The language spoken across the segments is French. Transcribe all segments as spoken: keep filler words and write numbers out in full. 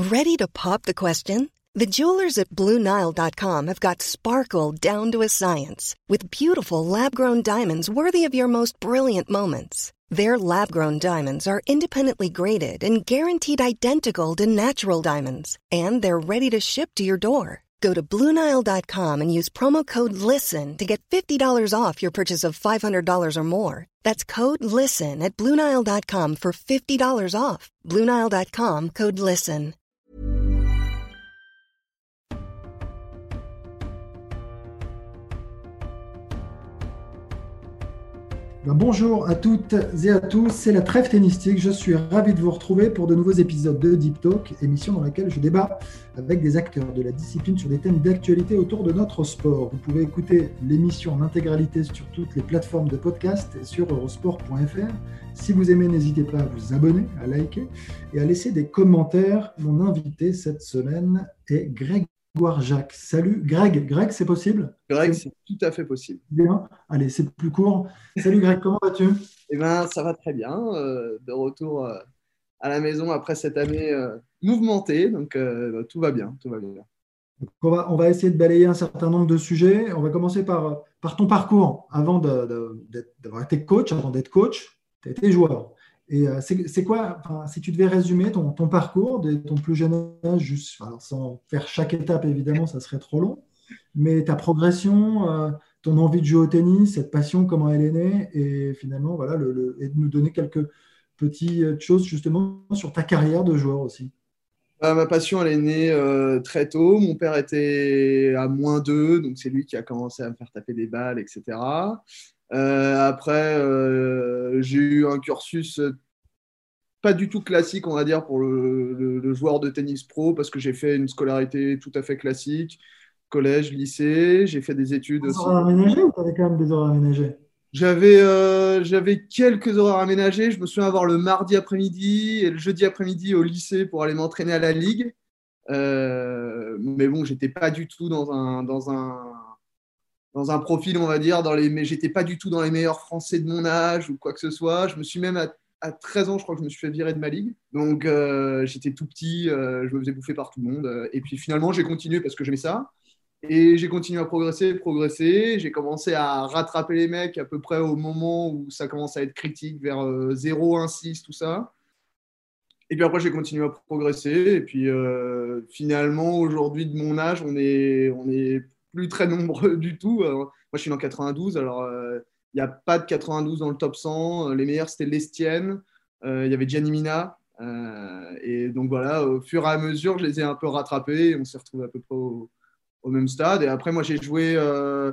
Ready to pop the question? The jewelers at Blue Nile dot com have got sparkle down to a science with beautiful lab-grown diamonds worthy of your most brilliant moments. Their lab-grown diamonds are independently graded and guaranteed identical to natural diamonds, and they're ready to ship to your door. Go to Blue Nile dot com and use promo code LISTEN to get fifty dollars off your purchase of five hundred dollars or more. That's code LISTEN at Blue Nile dot com for fifty dollars off. Blue Nile dot com, code LISTEN. Ben bonjour à toutes et à tous, c'est la Trêve Tennistique. Je suis ravi de vous retrouver pour de nouveaux épisodes de Deep Talk, émission dans laquelle je débat avec des acteurs de la discipline sur des thèmes d'actualité autour de notre sport. Vous pouvez écouter l'émission en intégralité sur toutes les plateformes de podcast et sur eurosport point f r. Si vous aimez, n'hésitez pas à vous abonner, à liker et à laisser des commentaires. Mon invité cette semaine est Greg Jacques. Salut Greg. Greg, c'est possible? Greg, c'est tout à fait possible. Bien. Allez, c'est plus court. Salut Greg, comment vas-tu? Eh ben, ça va très bien. Euh, de retour euh, à la maison après cette année euh, mouvementée. Donc, euh, tout va bien. Tout va bien. Donc, on, va, on va essayer de balayer un certain nombre de sujets. On va commencer par, par ton parcours. Avant de, de, d'avoir été coach, avant d'être coach, tu as été joueur. Et euh, c'est, c'est quoi, enfin, si tu devais résumer ton, ton parcours de ton plus jeune âge, juste, enfin, sans faire chaque étape évidemment, ça serait trop long, mais ta progression, euh, ton envie de jouer au tennis, cette passion, comment elle est née, et finalement, voilà, le, le, et de nous donner quelques petites choses justement sur ta carrière de joueur aussi. Euh, ma passion, elle est née euh, très tôt. Mon père était à moins deux, donc c'est lui qui a commencé à me faire taper des balles, et cetera. Euh, après, euh, j'ai eu un cursus pas du tout classique, on va dire, pour le, le, le joueur de tennis pro, parce que j'ai fait une scolarité tout à fait classique, collège, lycée, j'ai fait des études Des aussi. horaires aménagés ou tu avais quand même des horaires aménagés? J'avais, euh, j'avais quelques horaires aménagés. Je me souviens avoir le mardi après-midi et le jeudi après-midi au lycée pour aller m'entraîner à la ligue. Euh, mais bon, j'étais pas du tout dans un, dans un, dans un profil, on va dire, dans les, mais j'étais pas du tout dans les meilleurs Français de mon âge ou quoi que ce soit. Je me suis même à, à treize ans, je crois que je me suis fait virer de ma ligue. Donc euh, j'étais tout petit, euh, je me faisais bouffer par tout le monde. Et puis finalement, j'ai continué parce que j'aimais ça. Et j'ai continué à progresser, progresser. J'ai commencé à rattraper les mecs à peu près au moment où ça commence à être critique, vers euh, zéro, un, six, tout ça. Et puis après, j'ai continué à progresser. Et puis euh, finalement, aujourd'hui, de mon âge, on est, on est plus très nombreux du tout. Alors, moi, je suis en quatre-vingt-douze. Alors, il euh, n'y a pas de quatre-vingt-douze dans le top cent. Les meilleurs, c'était Lestienne. Il euh, y avait Gianni Mina. Euh, et donc voilà, au fur et à mesure, je les ai un peu rattrapés. Et on s'est retrouvés à peu près au au même stade. Et après, moi, j'ai joué... Euh...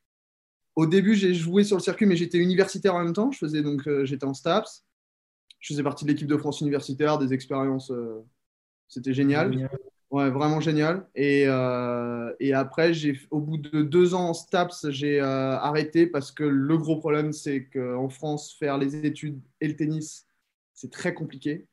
Au début, j'ai joué sur le circuit, mais j'étais universitaire en même temps. Je faisais, donc, euh, j'étais en STAPS. Je faisais partie de l'équipe de France universitaire, des expériences... Euh... C'était génial. génial. Ouais, vraiment génial. Et, euh... et après, j'ai... au bout de deux ans en STAPS, j'ai euh, arrêté parce que le gros problème, c'est qu'en France, faire les études et le tennis, c'est très compliqué.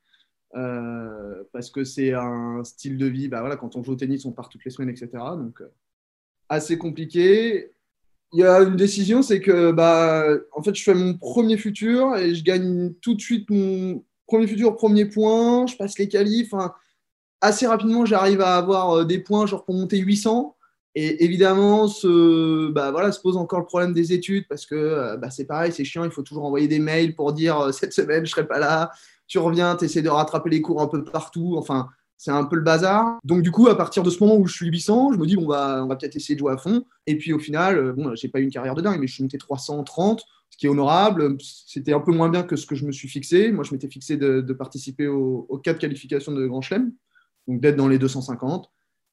Euh, parce que c'est un style de vie, bah voilà, quand on joue au tennis, on part toutes les semaines, et cetera. Donc, euh, assez compliqué. Il y a une décision, c'est que bah, en fait, je fais mon premier futur et je gagne tout de suite mon premier futur, premier point. Je passe les qualifs. Hein. Assez rapidement, j'arrive à avoir des points genre pour monter huit cents. Et évidemment, ce, bah, voilà, se pose encore le problème des études parce que bah, c'est pareil, c'est chiant. Il faut toujours envoyer des mails pour dire cette semaine, je ne serai pas là. Tu reviens, tu essaies de rattraper les cours un peu partout. Enfin, c'est un peu le bazar. Donc, du coup, à partir de ce moment où je suis huit cents, je me dis, bon, bah, on va peut-être essayer de jouer à fond. Et puis, au final, bon, je n'ai pas eu une carrière de dingue, mais je suis monté trois cent trente, ce qui est honorable. C'était un peu moins bien que ce que je me suis fixé. Moi, je m'étais fixé de, de participer aux, aux quatre qualifications de Grand Chelem, donc d'être dans les deux cent cinquante.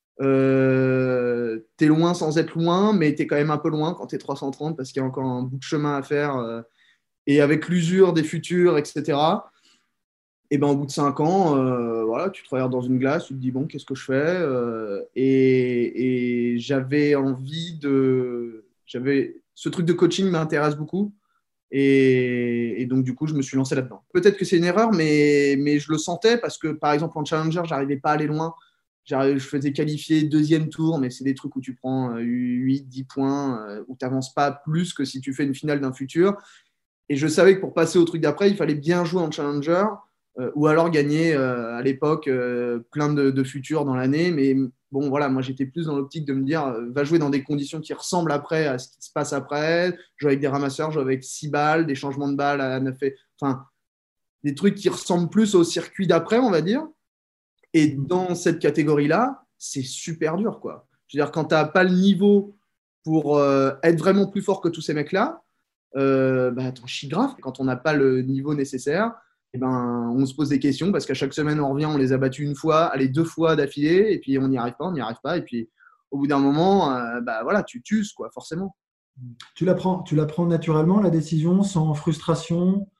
Euh, tu es loin sans être loin, mais tu es quand même un peu loin quand tu es trois cent trente parce qu'il y a encore un bout de chemin à faire. Euh, et avec l'usure des futurs, et cetera, et ben, au bout de cinq ans, euh, voilà, tu te regardes dans une glace, tu te dis, bon, qu'est-ce que je fais euh, et, et j'avais envie de... J'avais... Ce truc de coaching m'intéresse beaucoup. Et, et donc, du coup, je me suis lancé là-dedans. Peut-être que c'est une erreur, mais, mais je le sentais parce que, par exemple, en Challenger, je n'arrivais pas à aller loin. Je faisais qualifier deuxième tour, mais c'est des trucs où tu prends huit dix points, euh, où tu n'avances pas plus que si tu fais une finale d'un futur. Et je savais que pour passer au truc d'après, il fallait bien jouer en Challenger. euh, ou alors gagner euh, à l'époque euh, plein de, de futurs dans l'année. Mais bon, voilà, moi j'étais plus dans l'optique de me dire, euh, va jouer dans des conditions qui ressemblent après à ce qui se passe après, jouer avec des ramasseurs, jouer avec six balles, des changements de balles à neuf, enfin, des trucs qui ressemblent plus au circuit d'après, on va dire. Et dans cette catégorie-là, c'est super dur, quoi. Je veux dire, quand tu n'as pas le niveau pour euh, être vraiment plus fort que tous ces mecs-là, euh, bah, t'en chies grave. Quand on n'a pas le niveau nécessaire, eh ben, on se pose des questions parce qu'à chaque semaine, on revient, on les a battus une fois, allez, deux fois d'affilée, et puis on n'y arrive pas, on n'y arrive pas. Et puis, au bout d'un moment, euh, bah, voilà, tu t'uses, quoi, forcément. Tu la prends, tu la prends naturellement, la décision, sans frustration,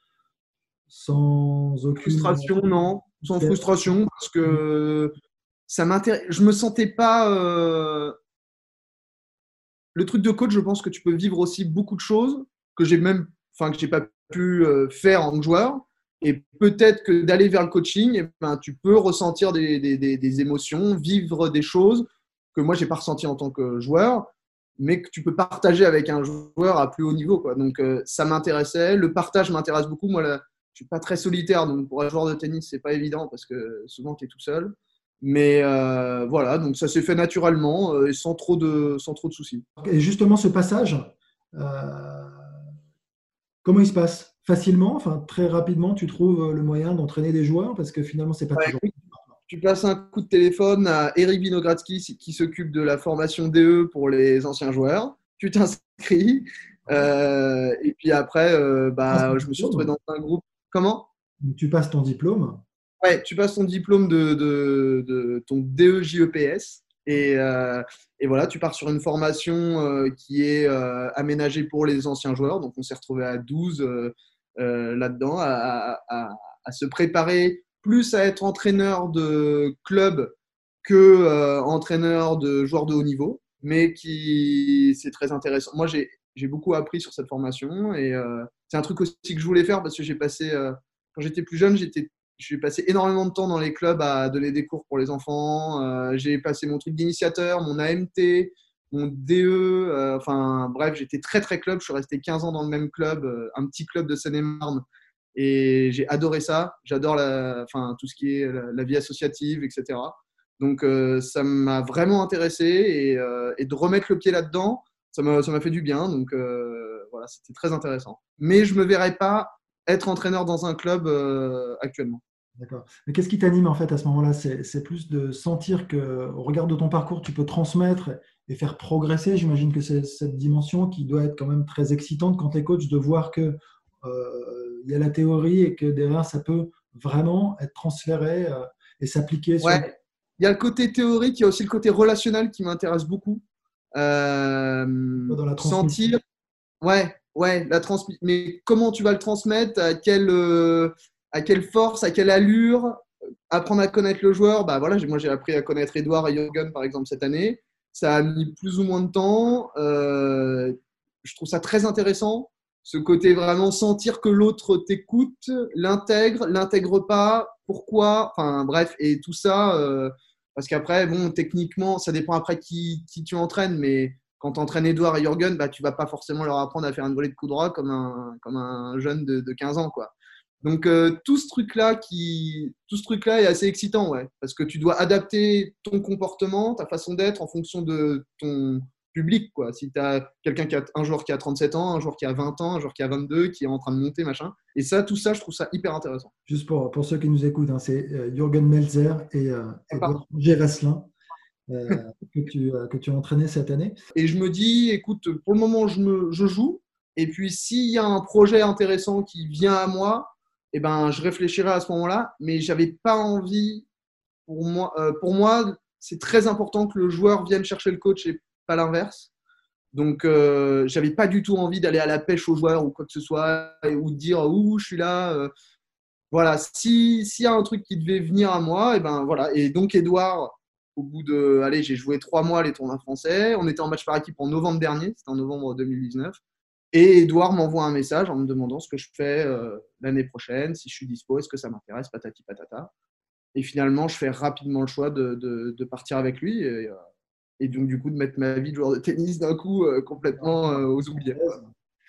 sans aucune. Frustration, non. Sans frustration, parce que ça m'intéresse. Je me sentais pas. Euh... Le truc de coach, je pense que tu peux vivre aussi beaucoup de choses que j'ai même, enfin que j'ai pas pu euh, faire en tant que joueur. Et peut-être que d'aller vers le coaching, eh ben, tu peux ressentir des, des, des, des émotions, vivre des choses que moi j'ai pas ressenties en tant que joueur, mais que tu peux partager avec un joueur à plus haut niveau, quoi. Donc euh, ça m'intéressait. Le partage m'intéresse beaucoup. Moi, là, je suis pas très solitaire, donc pour un joueur de tennis, c'est pas évident parce que souvent tu es tout seul. Mais euh, voilà, donc ça s'est fait naturellement euh, et sans trop de, sans trop de soucis. Et justement, ce passage, euh, comment il se passe? Facilement, enfin très rapidement, tu trouves le moyen d'entraîner des joueurs parce que finalement, c'est pas Ouais, toujours. tu passes un coup de téléphone à Eric Vinogradsky qui s'occupe de la formation D E pour les anciens joueurs. Tu t'inscris. Euh, et puis après, euh, bah, je me suis retrouvé dans un groupe. Comment? Tu passes ton diplôme. Ouais, tu passes ton diplôme de, de, de ton D E J E P S. Et, euh, et voilà, tu pars sur une formation euh, qui est euh, aménagée pour les anciens joueurs. Donc, on s'est retrouvé à douze euh, euh, là-dedans, à, à, à, se préparer plus à être entraîneur de club que euh, entraîneur de joueurs de haut niveau. Mais qui c'est très intéressant. Moi, j'ai, j'ai beaucoup appris sur cette formation. Et euh, c'est un truc aussi que je voulais faire parce que j'ai passé, euh, quand j'étais plus jeune, j'étais j'ai passé énormément de temps dans les clubs à donner des cours pour les enfants. Euh, j'ai passé mon truc d'initiateur, mon A M T, mon D E. Euh, enfin, bref, j'étais très, très club. Je suis resté quinze ans dans le même club, euh, un petit club de Seine-et-Marne. Et j'ai adoré ça. J'adore la, enfin, tout ce qui est la, la vie associative, et cetera. Donc, euh, ça m'a vraiment intéressé. Et, euh, et de remettre le pied là-dedans, ça m'a, ça m'a fait du bien. Donc, euh, voilà, c'était très intéressant. Mais je ne me verrais pas être entraîneur dans un club euh, actuellement. D'accord. Mais qu'est-ce qui t'anime en fait à ce moment-là? C'est, c'est plus de sentir qu'au regard de ton parcours, tu peux transmettre et faire progresser. J'imagine que c'est cette dimension qui doit être quand même très excitante quand tu es coach, de voir que euh, il y a la théorie et que derrière, ça peut vraiment être transféré euh, et s'appliquer sur. Ouais, il y a le côté théorique, il y a aussi le côté relationnel qui m'intéresse beaucoup. Euh, Dans la transmission. sentir, ouais, ouais, la transmission. Mais comment tu vas le transmettre, à quelle, euh, à quelle force, à quelle allure, apprendre à connaître le joueur. Bah voilà, moi j'ai appris à connaître Edouard et Jürgen par exemple cette année. Ça a mis plus ou moins de temps. Euh, je trouve ça très intéressant. Ce côté vraiment sentir que l'autre t'écoute, l'intègre, l'intègre pas, pourquoi, enfin bref, et tout ça. Euh, parce qu'après, bon, techniquement, ça dépend après qui, qui tu entraînes, mais quand tu entraînes Edouard et Jürgen, bah, tu vas pas forcément leur apprendre à faire une volée de coup droit comme un, comme un jeune de, de quinze ans, quoi. Donc euh, tout ce truc-là qui, tout ce truc-là est assez excitant, ouais, parce que tu dois adapter ton comportement, ta façon d'être en fonction de ton public, quoi. Si tu as quelqu'un qui a un joueur qui a trente-sept ans, un joueur qui a vingt ans, un joueur qui a vingt-deux, qui est en train de monter, machin. Et ça, tout ça, je trouve ça hyper intéressant. Juste pour, pour ceux qui nous écoutent, hein, c'est euh, Jürgen Melzer et euh, Edouard Gerasselin euh, que, tu, euh, que tu as entraîné cette année. Et je me dis, écoute, pour le moment, je, me, je joue. Et puis, s'il y a un projet intéressant qui vient à moi, eh ben, je réfléchirai à ce moment-là. Mais je n'avais pas envie, pour moi, euh, pour moi, c'est très important que le joueur vienne chercher le coach et pas l'inverse. Donc, euh, je n'avais pas du tout envie d'aller à la pêche aux joueurs ou quoi que ce soit, ou de dire, ouh, je suis là. Euh, voilà, si, s'il y a un truc qui devait venir à moi, et ben voilà. Et donc, Edouard, au bout de, allez, j'ai joué trois mois les tournois français. On était en match par équipe en novembre dernier, c'était en novembre deux mille dix-neuf. Et Edouard m'envoie un message en me demandant ce que je fais euh, l'année prochaine, si je suis dispo, est-ce que ça m'intéresse, patati patata. Et finalement, je fais rapidement le choix de, de, de partir avec lui. Et, et donc, du coup, de mettre ma vie de joueur de tennis d'un coup euh, complètement euh, aux oubliettes.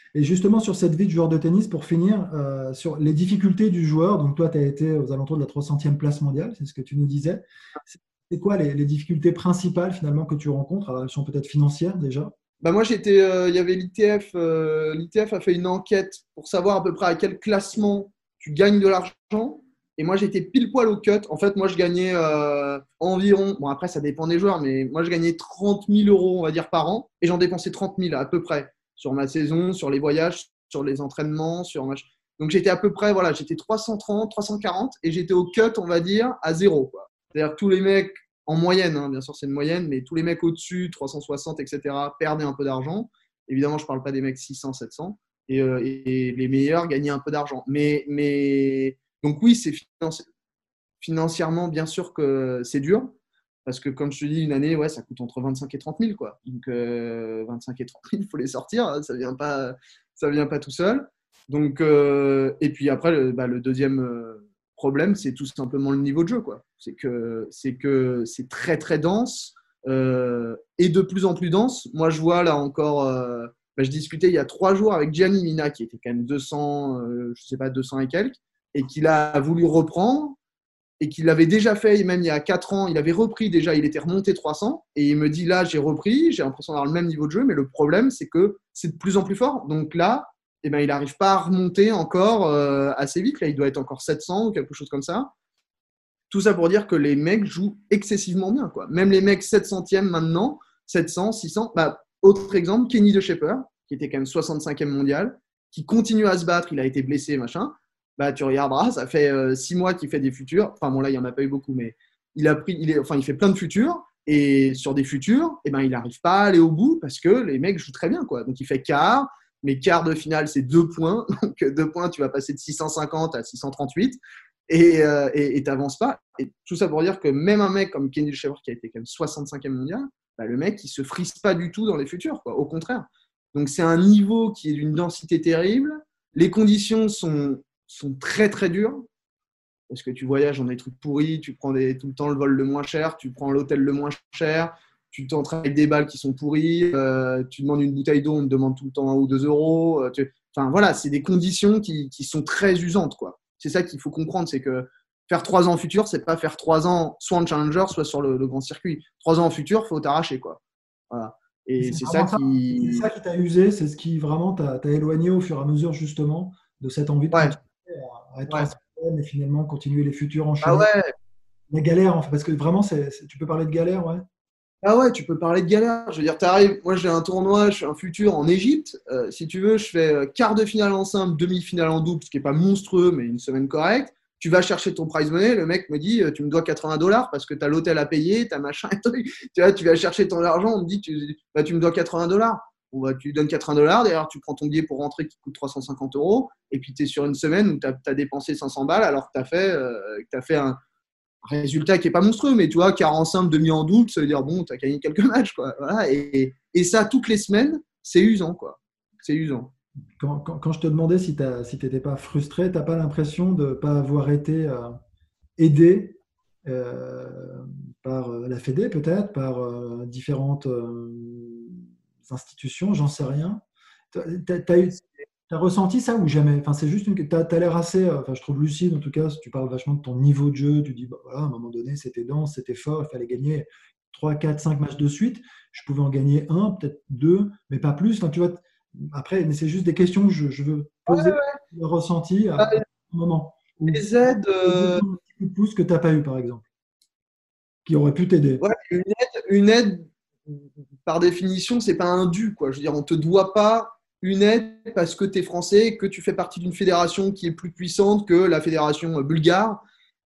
Et justement, sur cette vie de joueur de tennis, pour finir, euh, sur les difficultés du joueur, donc toi, tu as été aux alentours de la trois centième place mondiale, c'est ce que tu nous disais. C'est c'est quoi les, les difficultés principales finalement que tu rencontres? Alors, elles sont peut-être financières déjà. Bah moi, j'étais, euh, il y avait l'I T F, euh, l'I T F a fait une enquête pour savoir à peu près à quel classement tu gagnes de l'argent. Et moi, j'étais pile poil au cut. En fait, moi, je gagnais euh, environ, bon après, ça dépend des joueurs, mais moi, je gagnais trente mille euros, on va dire, par an. Et j'en dépensais trente mille à peu près sur ma saison, sur les voyages, sur les entraînements, sur ma... Donc, j'étais à peu près, voilà, j'étais trois cent trente, trois cent quarante et j'étais au cut, on va dire, à zéro, quoi. C'est-à-dire que tous les mecs, en moyenne, hein, bien sûr, c'est une moyenne, mais tous les mecs au-dessus, trois cent soixante, et cetera, perdaient un peu d'argent. Évidemment, je ne parle pas des mecs six cents, sept cents. Et, euh, et les meilleurs gagnaient un peu d'argent. Mais, mais... Donc oui, c'est financi... financièrement, bien sûr que c'est dur. Parce que comme je te dis, une année, ouais, ça coûte entre vingt-cinq et trente mille, quoi. Donc euh, vingt-cinq et trente mille, il faut les sortir. Hein, ça ne vient pas, ça vient pas tout seul. Donc, euh... et puis après, le, bah, le deuxième... Euh... problème, c'est tout simplement le niveau de jeu, quoi. C'est que c'est que c'est très très dense euh, et de plus en plus dense. Moi, je vois là encore, euh, bah, je discutais il y a trois jours avec Gianni Mina qui était quand même deux cents, euh, je sais pas deux cents et quelques, et qu'il a voulu reprendre et qu'il l'avait déjà fait même il y a quatre ans. Il avait repris déjà, il était remonté trois cents et il me dit là j'ai repris, j'ai l'impression d'avoir le même niveau de jeu, mais le problème c'est que c'est de plus en plus fort. Donc là eh ben, il n'arrive pas à remonter encore euh, assez vite. Là, il doit être encore sept cents ou quelque chose comme ça. Tout ça pour dire que les mecs jouent excessivement bien, quoi. Même les mecs sept centièmes maintenant, sept cents, six cents. Bah, autre exemple, Kenny de Shaper, qui était quand même soixante-cinquième mondial, qui continue à se battre. Il a été blessé, machin. Bah, tu regarderas, ça fait euh, six mois qu'il fait des futurs. Enfin, bon, là, il n'y en a pas eu beaucoup, mais il, a pris, il, est, enfin, il fait plein de futurs. Et sur des futurs, eh ben, il n'arrive pas à aller au bout parce que les mecs jouent très bien, quoi. Donc, il fait quart. Mais quart de finale, c'est deux points. Donc, deux points, tu vas passer de six cent cinquante à six cent trente-huit et euh, tu n'avances pas. Et tout ça pour dire que même un mec comme Kenny Lechever, qui a été quand même soixante-cinquième mondial, bah, le mec, il ne se frise pas du tout dans les futurs, quoi. Au contraire. Donc, c'est un niveau qui est d'une densité terrible. Les conditions sont, sont très, très dures. Parce que tu voyages dans des trucs pourris, tu prends des, tout le temps le vol le moins cher, tu prends l'hôtel le moins cher. Tu t'entraînes avec des balles qui sont pourries, euh, tu demandes une bouteille d'eau, on te demande tout le temps un ou deux euros. Euh, tu... Enfin voilà, c'est des conditions qui, qui sont très usantes, quoi. C'est ça qu'il faut comprendre, c'est que faire trois ans en futur, c'est pas faire trois ans soit en challenger, soit sur le, le grand circuit. Trois ans en futur, faut t'arracher, quoi. Voilà. Et C'est c'est ça ça, qui. c'est ça qui t'a usé, c'est ce qui vraiment t'a t'a éloigné au fur et à mesure justement de cette envie de Ouais, continuer à, à être ouais. trois centième et finalement continuer les futurs Ah enchaînés. ouais, La galère, en fait, parce que vraiment, c'est, c'est- tu peux parler de galère, ouais. Ah ouais, tu peux parler de galère. Je veux dire, t'arrives, moi j'ai un tournoi, je fais un futur en Égypte. Euh, si tu veux, je fais euh, quart de finale en simple, demi-finale en double, ce qui n'est pas monstrueux, mais une semaine correcte. Tu vas chercher ton prize money, le mec me dit, euh, tu me dois quatre-vingts dollars parce que tu as l'hôtel à payer, tu as machin et truc. Tu vois, tu vas chercher ton argent, on me dit, tu, bah, tu me dois quatre-vingts dollars. Bon, bah, tu lui donnes quatre-vingts dollars, d'ailleurs, tu prends ton billet pour rentrer qui coûte trois cent cinquante euros, et puis tu es sur une semaine où tu as, dépensé cinq cents balles alors que tu as fait, euh, que t'as fait un, résultat qui n'est pas monstrueux, mais tu vois, quarante-cinq demi en double, ça veut dire, bon, tu as gagné quelques matchs, quoi. Voilà, et, et ça, toutes les semaines, c'est usant, quoi. C'est usant. Quand, quand- quand je te demandais si tu si n'étais pas frustré, tu n'as pas l'impression de ne pas avoir été euh, aidé euh, par euh, la Fédé, peut-être, par euh, différentes euh, institutions, j'en sais rien. Tu as ressenti ça ou jamais? Enfin, c'est juste une. Tu as l'air assez, euh, enfin, je trouve lucide en tout cas, si tu parles vachement de ton niveau de jeu, tu dis, bah, voilà, à un moment donné, c'était dense, c'était fort, il fallait gagner trois, quatre, cinq matchs de suite. Je pouvais en gagner un, peut-être deux, mais pas plus. Enfin, tu vois, après, mais c'est juste des questions que je, je veux poser, le ressenti à, à un moment. Ou Les aides, tu as euh, besoin d'un petit coup de pouce que tu n'as pas eu, par exemple, qui aurait pu t'aider. ouais, une aide, une aide, par définition, c'est pas un dû, quoi. Je veux dire, on te doit pas une aide parce que tu es français, que tu fais partie d'une fédération qui est plus puissante que la fédération bulgare.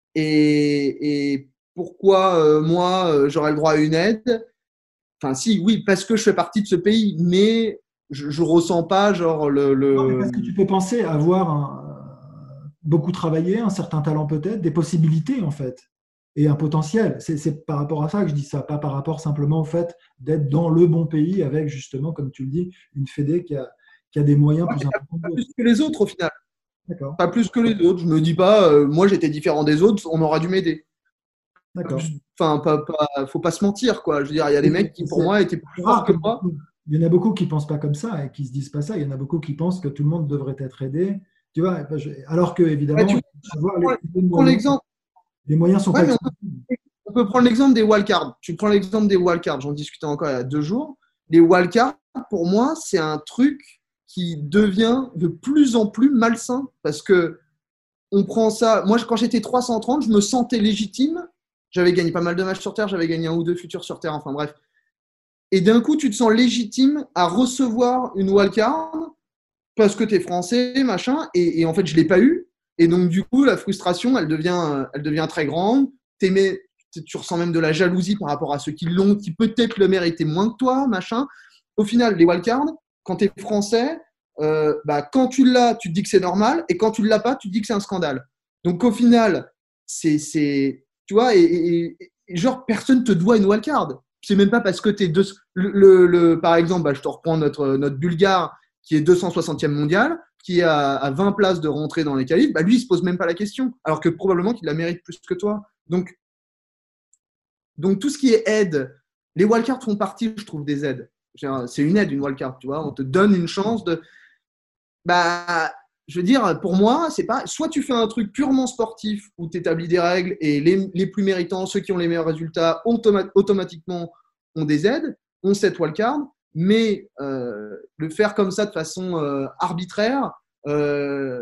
Et, et pourquoi euh, moi, euh, j'aurais le droit à une aide? Enfin, si, oui, parce que je fais partie de ce pays, mais je, je ressens pas genre le, Non, mais le... parce que tu peux penser avoir un- beaucoup travaillé, un certain talent peut-être, des possibilités en fait, et un potentiel. C'est c'est par rapport à ça que je dis ça, pas par rapport simplement au fait d'être dans le bon pays avec justement, comme tu le dis, une fédé qui a, qui a des moyens plus importants que pas d'autres. plus que les autres au final. D'accord, Pas plus que les autres. Je me dis pas, euh, moi j'étais différent des autres, on aura dû m'aider. d'accord. Enfin, pas, pas, faut pas se mentir, quoi. Je veux dire, il y a des Et mecs qui C'est pour c'est moi étaient plus forts rare que comme moi. question. il y en a beaucoup qui ne pensent pas comme ça et qui ne se disent pas ça. Il y en a beaucoup qui pensent que tout le monde devrait être aidé. Tu vois, alors que, Ouais, évidemment, tu avoir les, prends, les tu prends moyens, l'exemple. les moyens ne sont Ouais, pas mais on peut, accessibles. on peut prendre l'exemple des wildcards. Tu prends l'exemple des wildcards. J'en discutais encore il y a deux jours. Les wildcards, pour moi, c'est un truc qui devient de plus en plus malsain parce que on prend ça. Moi, quand j'étais trois cent trente, je me sentais légitime. J'avais gagné pas mal de matchs sur Terre, j'avais gagné un ou deux futurs sur Terre, enfin bref. Et d'un coup, tu te sens légitime à recevoir une wildcard parce que tu es français, machin, et, et en fait, je ne l'ai pas eu. Et donc, du coup, la frustration, elle devient, elle devient très grande. T'aimais, tu ressens même de la jalousie par rapport à ceux qui l'ont, qui peut-être le méritaient moins que toi, machin. Au final, les wildcards, quand tu es français, euh, bah, quand tu l'as, tu te dis que c'est normal, et quand tu ne l'as pas, tu te dis que c'est un scandale. Donc, au final, c'est, c'est tu vois, et, et, et genre, personne te doit une wildcard. C'est même pas parce que tu es deux. Le, le, le, par exemple, bah, je te reprends notre, notre Bulgare qui est deux cent soixantième mondial, qui est à, à vingt places de rentrer dans les qualifs, bah lui, il ne se pose même pas la question, alors que probablement qu'il la mérite plus que toi. Donc, donc tout ce qui est aide, les wildcards font partie, je trouve, des aides. C'est une aide, une wildcard, tu vois. On te donne une chance de. Bah, je veux dire, pour moi, c'est pas. Soit tu fais un truc purement sportif où tu établis des règles et les, les plus méritants, ceux qui ont les meilleurs résultats, automa- automatiquement ont des aides, ont cette wildcard. Mais euh, le faire comme ça de façon euh, arbitraire, euh,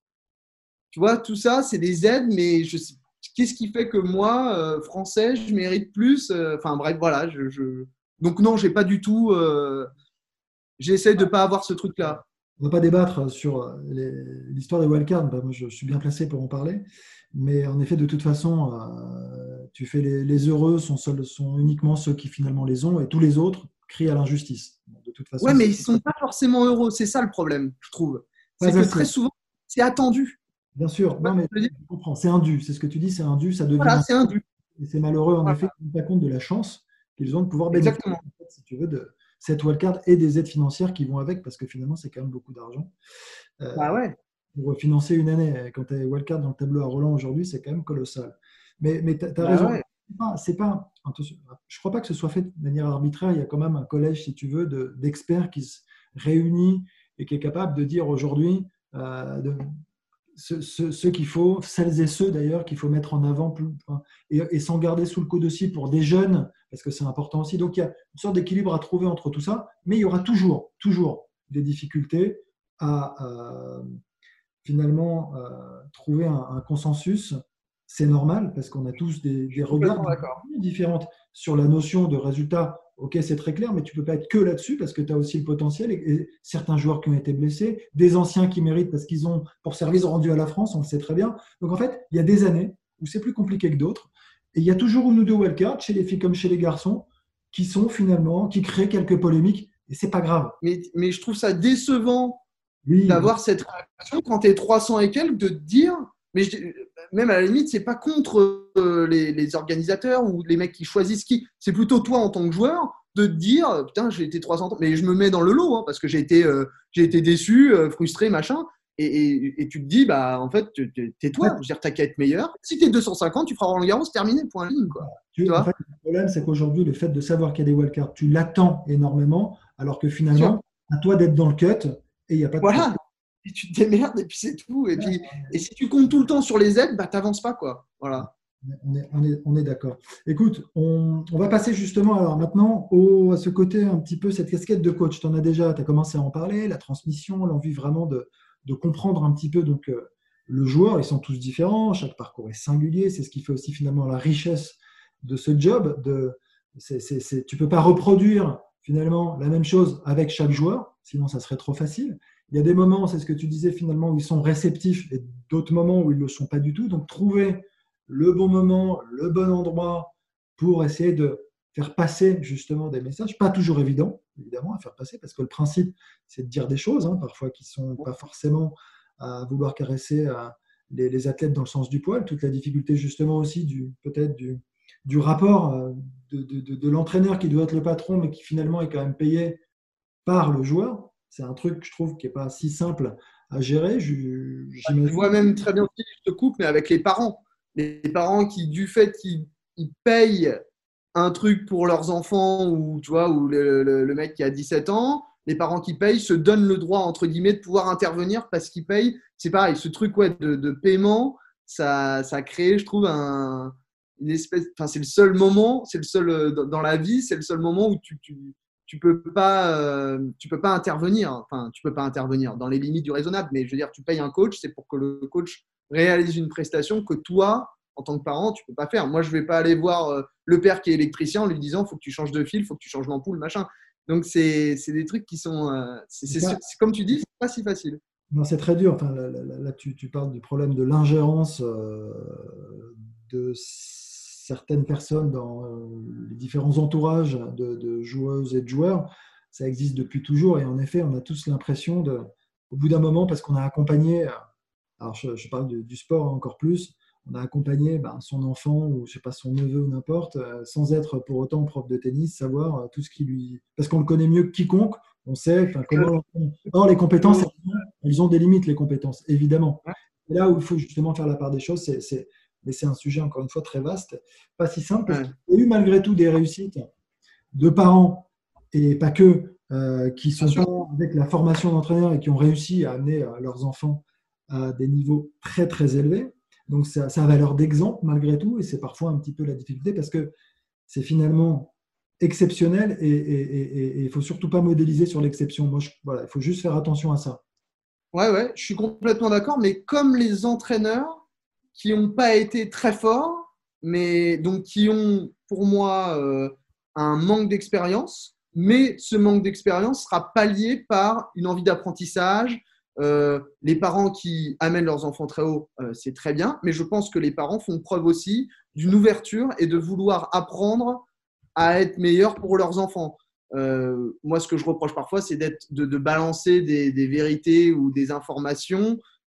tu vois, tout ça, c'est des aides, mais je sais, qu'est-ce qui fait que moi, euh, français, je mérite plus euh, Enfin bref, voilà. Je, je... Donc non, j'ai pas du tout. Euh, j'essaie de pas avoir ce truc-là. On ne va pas débattre sur les- l'histoire des wildcards. Ben, moi, je suis bien placé pour en parler. Mais en effet, de toute façon, euh, tu fais les, les heureux sont, seuls, sont uniquement ceux qui finalement les ont et tous les autres crient à l'injustice. De toute façon, Ouais, mais c'est ils sont pas forcément heureux. C'est ça le problème, je trouve. C'est pas que très assez. souvent, c'est attendu. Bien sûr, Tu vois non, ce mais que je veux dire. je comprends. C'est indu. C'est ce que tu dis, c'est indu. Ça devient Voilà, un. c'est un dû. Et c'est malheureux, en effet, Voilà, qu'ils ne tiennent pas compte de la chance qu'ils ont de pouvoir bénéficier, exactement. en fait, si tu veux, de cette wildcard et des aides financières qui vont avec, parce que finalement, c'est quand même beaucoup d'argent. Bah Euh, ouais. pour financer une année, quand tu es wildcard dans le tableau à Roland aujourd'hui, c'est quand même colossal. Mais, mais tu as Bah raison. ouais. C'est pas, c'est pas, attention, je ne crois pas que ce soit fait de manière arbitraire. Il y a quand même un collège, si tu veux, de- d'experts qui se réunit et qui est capable de dire aujourd'hui euh, de- ce, ce- ceux qu'il faut, celles et ceux d'ailleurs qu'il faut mettre en avant plus, enfin, et, et s'en garder sous le coude aussi pour des jeunes, parce que c'est important aussi. Donc il y a une sorte d'équilibre à trouver entre tout ça, mais il y aura toujours, toujours des difficultés à, euh, finalement euh, trouver un, un consensus. C'est normal parce qu'on a tous des, Je des suis regards complètement d'accord. différents sur la notion de résultat. Ok, c'est très clair, mais tu ne peux pas être que là-dessus parce que tu as aussi le potentiel et, et certains joueurs qui ont été blessés, des anciens qui méritent parce qu'ils ont pour service rendu à la France, on le sait très bien. Donc en fait, il y a des années où c'est plus compliqué que d'autres. Et il y a toujours une ou deux wildcards chez les filles comme chez les garçons qui sont finalement, qui créent quelques polémiques et c'est pas grave. Mais, mais je trouve ça décevant Oui, bien d'avoir cette réaction quand tu es trois cents et quelques, de te dire, mais je- même à la limite, c'est pas contre euh, les, les organisateurs ou les mecs qui choisissent qui, c'est plutôt toi en tant que joueur de te dire, putain, j'ai été trois cents, mais je me mets dans le lot hein, parce que j'ai été, euh, j'ai été déçu, euh, frustré, machin. Et, et, et tu te dis, bah, en fait, tais-toi. Je veux dire, t'as qu'à être meilleur. Si t'es deux cent cinquante, tu feras Roland Garros, terminé, point ligne, quoi. Tu- Tu en vois? fait, le problème, c'est qu'aujourd'hui, le fait de savoir qu'il y a des wildcards, tu l'attends énormément, alors que Bien sûr. finalement, à toi d'être dans le cut et il n'y a pas de cut. Voilà. Et tu te démerdes et puis c'est tout. Et puis, et si tu comptes tout le temps sur les aides, bah, t'avances pas, quoi. Voilà. On est, on est, on est d'accord. Écoute, on, on va passer justement alors maintenant au, à ce côté un petit peu, cette casquette de coach. Tu en as déjà, tu as commencé à en parler, la transmission, l'envie vraiment de, de comprendre un petit peu donc, euh, le joueur. Ils sont tous différents, chaque parcours est singulier. C'est ce qui fait aussi finalement la richesse de ce job. De, c'est, c'est, c'est- tu ne peux pas reproduire finalement la même chose avec chaque joueur, sinon ça serait trop facile. Il y a des moments, c'est ce que tu disais finalement, où ils sont réceptifs et d'autres moments où ils ne le sont pas du tout. Donc trouver le bon moment, le bon endroit pour essayer de faire passer justement des messages. Pas toujours évident, évidemment, à faire passer, parce que le principe, c'est de dire des choses, hein, parfois qui ne sont pas forcément à vouloir caresser euh, les, les athlètes dans le sens du poil. Toute la difficulté justement aussi du peut-être du, du rapport euh, de, de, de, de l'entraîneur qui doit être le patron, mais qui finalement est quand même payé par le joueur. C'est un truc, je trouve, qui n'est pas si simple à gérer. Je- Je vois J'imagine. même très bien aussi, je te coupe, mais avec les parents. Les parents qui, du fait qu'ils ils payent un truc pour leurs enfants ou tu vois, ou le, le, le mec qui a dix-sept ans, les parents qui payent se donnent le droit entre guillemets de pouvoir intervenir parce qu'ils payent. C'est pareil, ce truc ouais, de, de paiement, ça, ça a créé, je trouve, un, une espèce. Enfin, c'est le seul moment, c'est le seul dans, dans la vie, c'est le seul moment où tu, tu tu peux pas, euh, tu peux pas intervenir. Enfin, tu peux pas intervenir dans les limites du raisonnable. Mais je veux dire, tu payes un coach, c'est pour que le coach réalise une prestation que toi, en tant que parent, tu peux pas faire. Moi, je vais pas aller voir euh, le père qui est électricien en lui disant, faut que tu changes de fil, faut que tu changes d'ampoule, machin. Donc c'est, c'est des trucs qui sont, euh, c'est, c'est, c'est, c'est comme tu dis, c'est pas si facile. Non, c'est très dur. Enfin, là, là, là tu, tu parles du problème de l'ingérence euh, de certaines personnes dans euh, les différents entourages de, de joueuses et de joueurs. Ça existe depuis toujours. Et en effet, on a tous l'impression, de, au bout d'un moment, parce qu'on a accompagné, alors je, je parle du, du sport encore plus, on a accompagné ben, son enfant ou je sais pas, son neveu ou n'importe, euh, sans être pour autant prof de tennis, savoir euh, tout ce qui lui. Parce qu'on le connaît mieux que quiconque. On sait comment. Or, les compétences, elles ont des limites, les compétences, évidemment. Et là où il faut justement faire la part des choses, c'est, c'est, mais c'est un sujet, encore une fois, très vaste, pas si simple, parce qu'il y a eu malgré tout des réussites de parents, et pas que, euh, qui sont pas avec la formation d'entraîneur et qui ont réussi à amener euh, leurs enfants à des niveaux très, très élevés. Donc, ça, ça a valeur d'exemple, malgré tout, et c'est parfois un petit peu la difficulté, parce que c'est finalement exceptionnel et il ne faut surtout pas modéliser sur l'exception. Moi, je, voilà, il faut juste faire attention à ça. Ouais, ouais, je suis complètement d'accord, mais comme les entraîneurs qui n'ont pas été très forts, mais donc qui ont, pour moi, euh, un manque d'expérience, mais ce manque d'expérience sera pallié par une envie d'apprentissage. Euh, les parents qui amènent leurs enfants très haut, euh, c'est très bien, mais je pense que les parents font preuve aussi d'une ouverture et de vouloir apprendre à être meilleurs pour leurs enfants. Euh, moi, ce que je reproche parfois, c'est d'être, de, de balancer des, des vérités ou des informations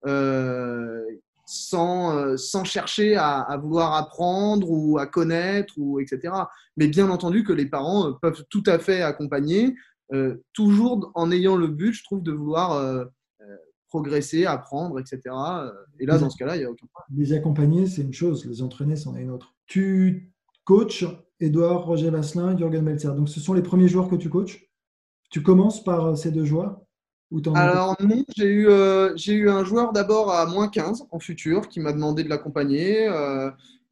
euh, sans, euh, sans chercher à, à vouloir apprendre ou à connaître, ou, et cetera. Mais bien entendu que les parents peuvent tout à fait accompagner, euh, toujours en ayant le but, je trouve, de vouloir euh, progresser, apprendre, et cetera. Et là, dans ce cas-là, il n'y a aucun problème. Les accompagner, c'est une chose, les entraîner, c'en est une autre. Tu coaches Édouard, Roger Vasselin, Jürgen Melzer. Donc, ce sont les premiers joueurs que tu coaches? Tu commences par ces deux joueurs? Ou t'en as Alors non, j'ai eu, euh, j'ai eu un joueur d'abord à moins quinze en futur qui m'a demandé de l'accompagner, euh,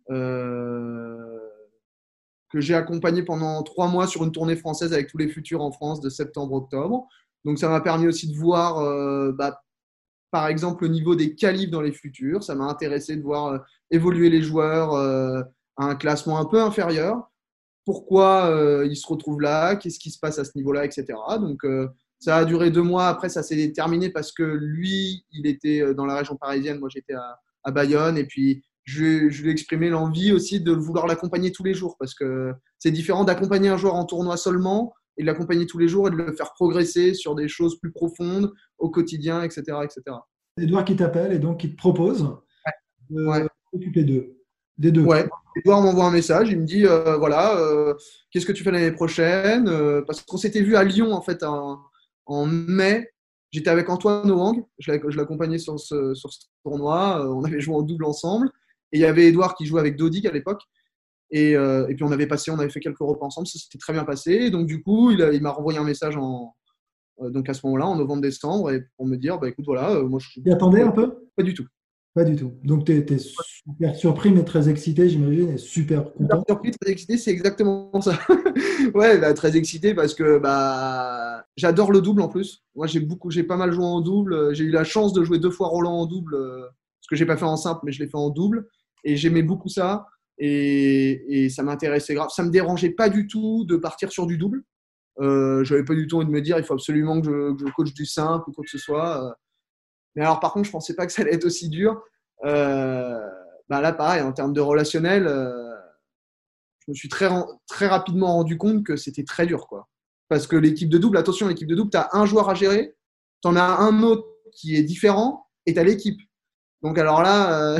euh, que j'ai accompagné pendant trois mois sur une tournée française avec tous les futurs en France de septembre-octobre. Donc ça m'a permis aussi de voir, euh, bah, par exemple, le niveau des qualifs dans les futurs. Ça m'a intéressé de voir euh, évoluer les joueurs euh, à un classement un peu inférieur. Pourquoi euh, ils se retrouvent là, qu'est-ce qui se passe à ce niveau-là, et cetera. Donc, euh, ça a duré deux mois. Après, ça s'est terminé parce que lui, il était dans la région parisienne. Moi, j'étais à, à Bayonne. Et puis, je, je lui ai exprimé l'envie aussi de vouloir l'accompagner tous les jours parce que c'est différent d'accompagner un joueur en tournoi seulement et de l'accompagner tous les jours et de le faire progresser sur des choses plus profondes au quotidien, et cetera, et cetera. Édouard qui t'appelle et donc qui te propose de Ouais. s'occuper d'eux. Des deux. Ouais. Edouard m'envoie un message, il me dit euh, voilà, euh, qu'est-ce que tu fais l'année prochaine euh, parce qu'on s'était vu à Lyon en fait en, en mai. J'étais avec Antoine Oang, je l'accompagnais sur ce, sur ce tournoi. Euh, on avait joué en double ensemble et il y avait Edouard qui jouait avec Dodig à l'époque. Et, euh, et puis on avait passé, on avait fait quelques repas ensemble, ça s'était très bien passé. Et donc du coup, il, a, il m'a renvoyé un message en, euh, donc à ce moment-là, en novembre-décembre, et pour me dire bah écoute voilà, euh, moi je. Tu attendais un peu? Pas du tout. Pas du tout. Donc, tu es super surpris, mais très excité, j'imagine, et super content. Super surpris, très excité, c'est exactement ça. Ouais, bah, très excité parce que bah, j'adore le double en plus. Moi, j'ai beaucoup, j'ai pas mal joué en double. J'ai eu la chance de jouer deux fois Roland en double, ce que j'ai pas fait en simple, mais je l'ai fait en double. Et j'aimais beaucoup ça. Et, et ça m'intéressait grave. Ça me dérangeait pas du tout de partir sur du double. Euh, j'avais pas du tout envie de me dire il faut absolument que je, que je coach du simple ou quoi que ce soit. Mais alors, par contre, je pensais pas que ça allait être aussi dur. Euh, bah là, pareil, en termes de relationnel, euh, je me suis très, très rapidement rendu compte que c'était très dur, quoi. Parce que l'équipe de double, attention, l'équipe de double, tu as un joueur à gérer, tu en as un autre qui est différent et tu as l'équipe. Donc, alors là, euh,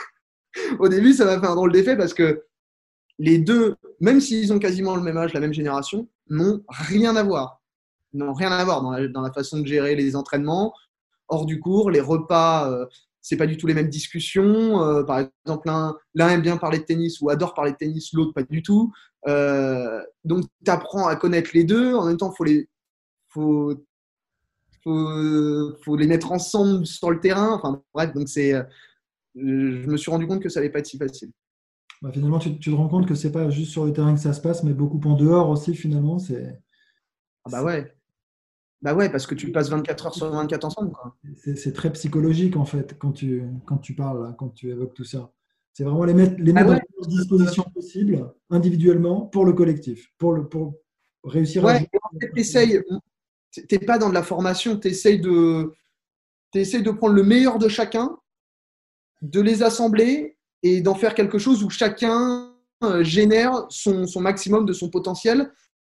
au début, ça m'a fait un drôle d'effet parce que les deux, même s'ils ont quasiment le même âge, la même génération, n'ont rien à voir. N'ont rien à voir dans la, dans la façon de gérer les entraînements hors du cours, les repas, euh, c'est pas du tout les mêmes discussions. Euh, par exemple, l'un, l'un aime bien parler de tennis ou adore parler de tennis, l'autre pas du tout. Euh, donc, tu apprends à connaître les deux. En même temps, faut les, faut, faut, faut les mettre ensemble sur le terrain. Enfin, bref, donc c'est, euh, je me suis rendu compte que ça allait pas être si facile. Bah, finalement, tu, tu te rends compte que c'est pas juste sur le terrain que ça se passe, mais beaucoup en dehors aussi, finalement. C'est, Ah bah c'est, ouais, bah ouais, parce que tu passes vingt-quatre heures sur vingt-quatre ensemble, quoi. c'est- c'est très psychologique, en fait, quand tu, quand tu parles, là, quand tu évoques tout ça. C'est vraiment les mettre, les Ah mettre dans ouais, les meilleures dispositions possibles, individuellement, pour le collectif, pour, le, pour réussir à ouais. jouer. Et en fait, t'essayes, t'es pas dans de la formation, t'essayes de, t'essayes de prendre le meilleur de chacun, de les assembler et d'en faire quelque chose où chacun euh, génère son, son maximum de son potentiel,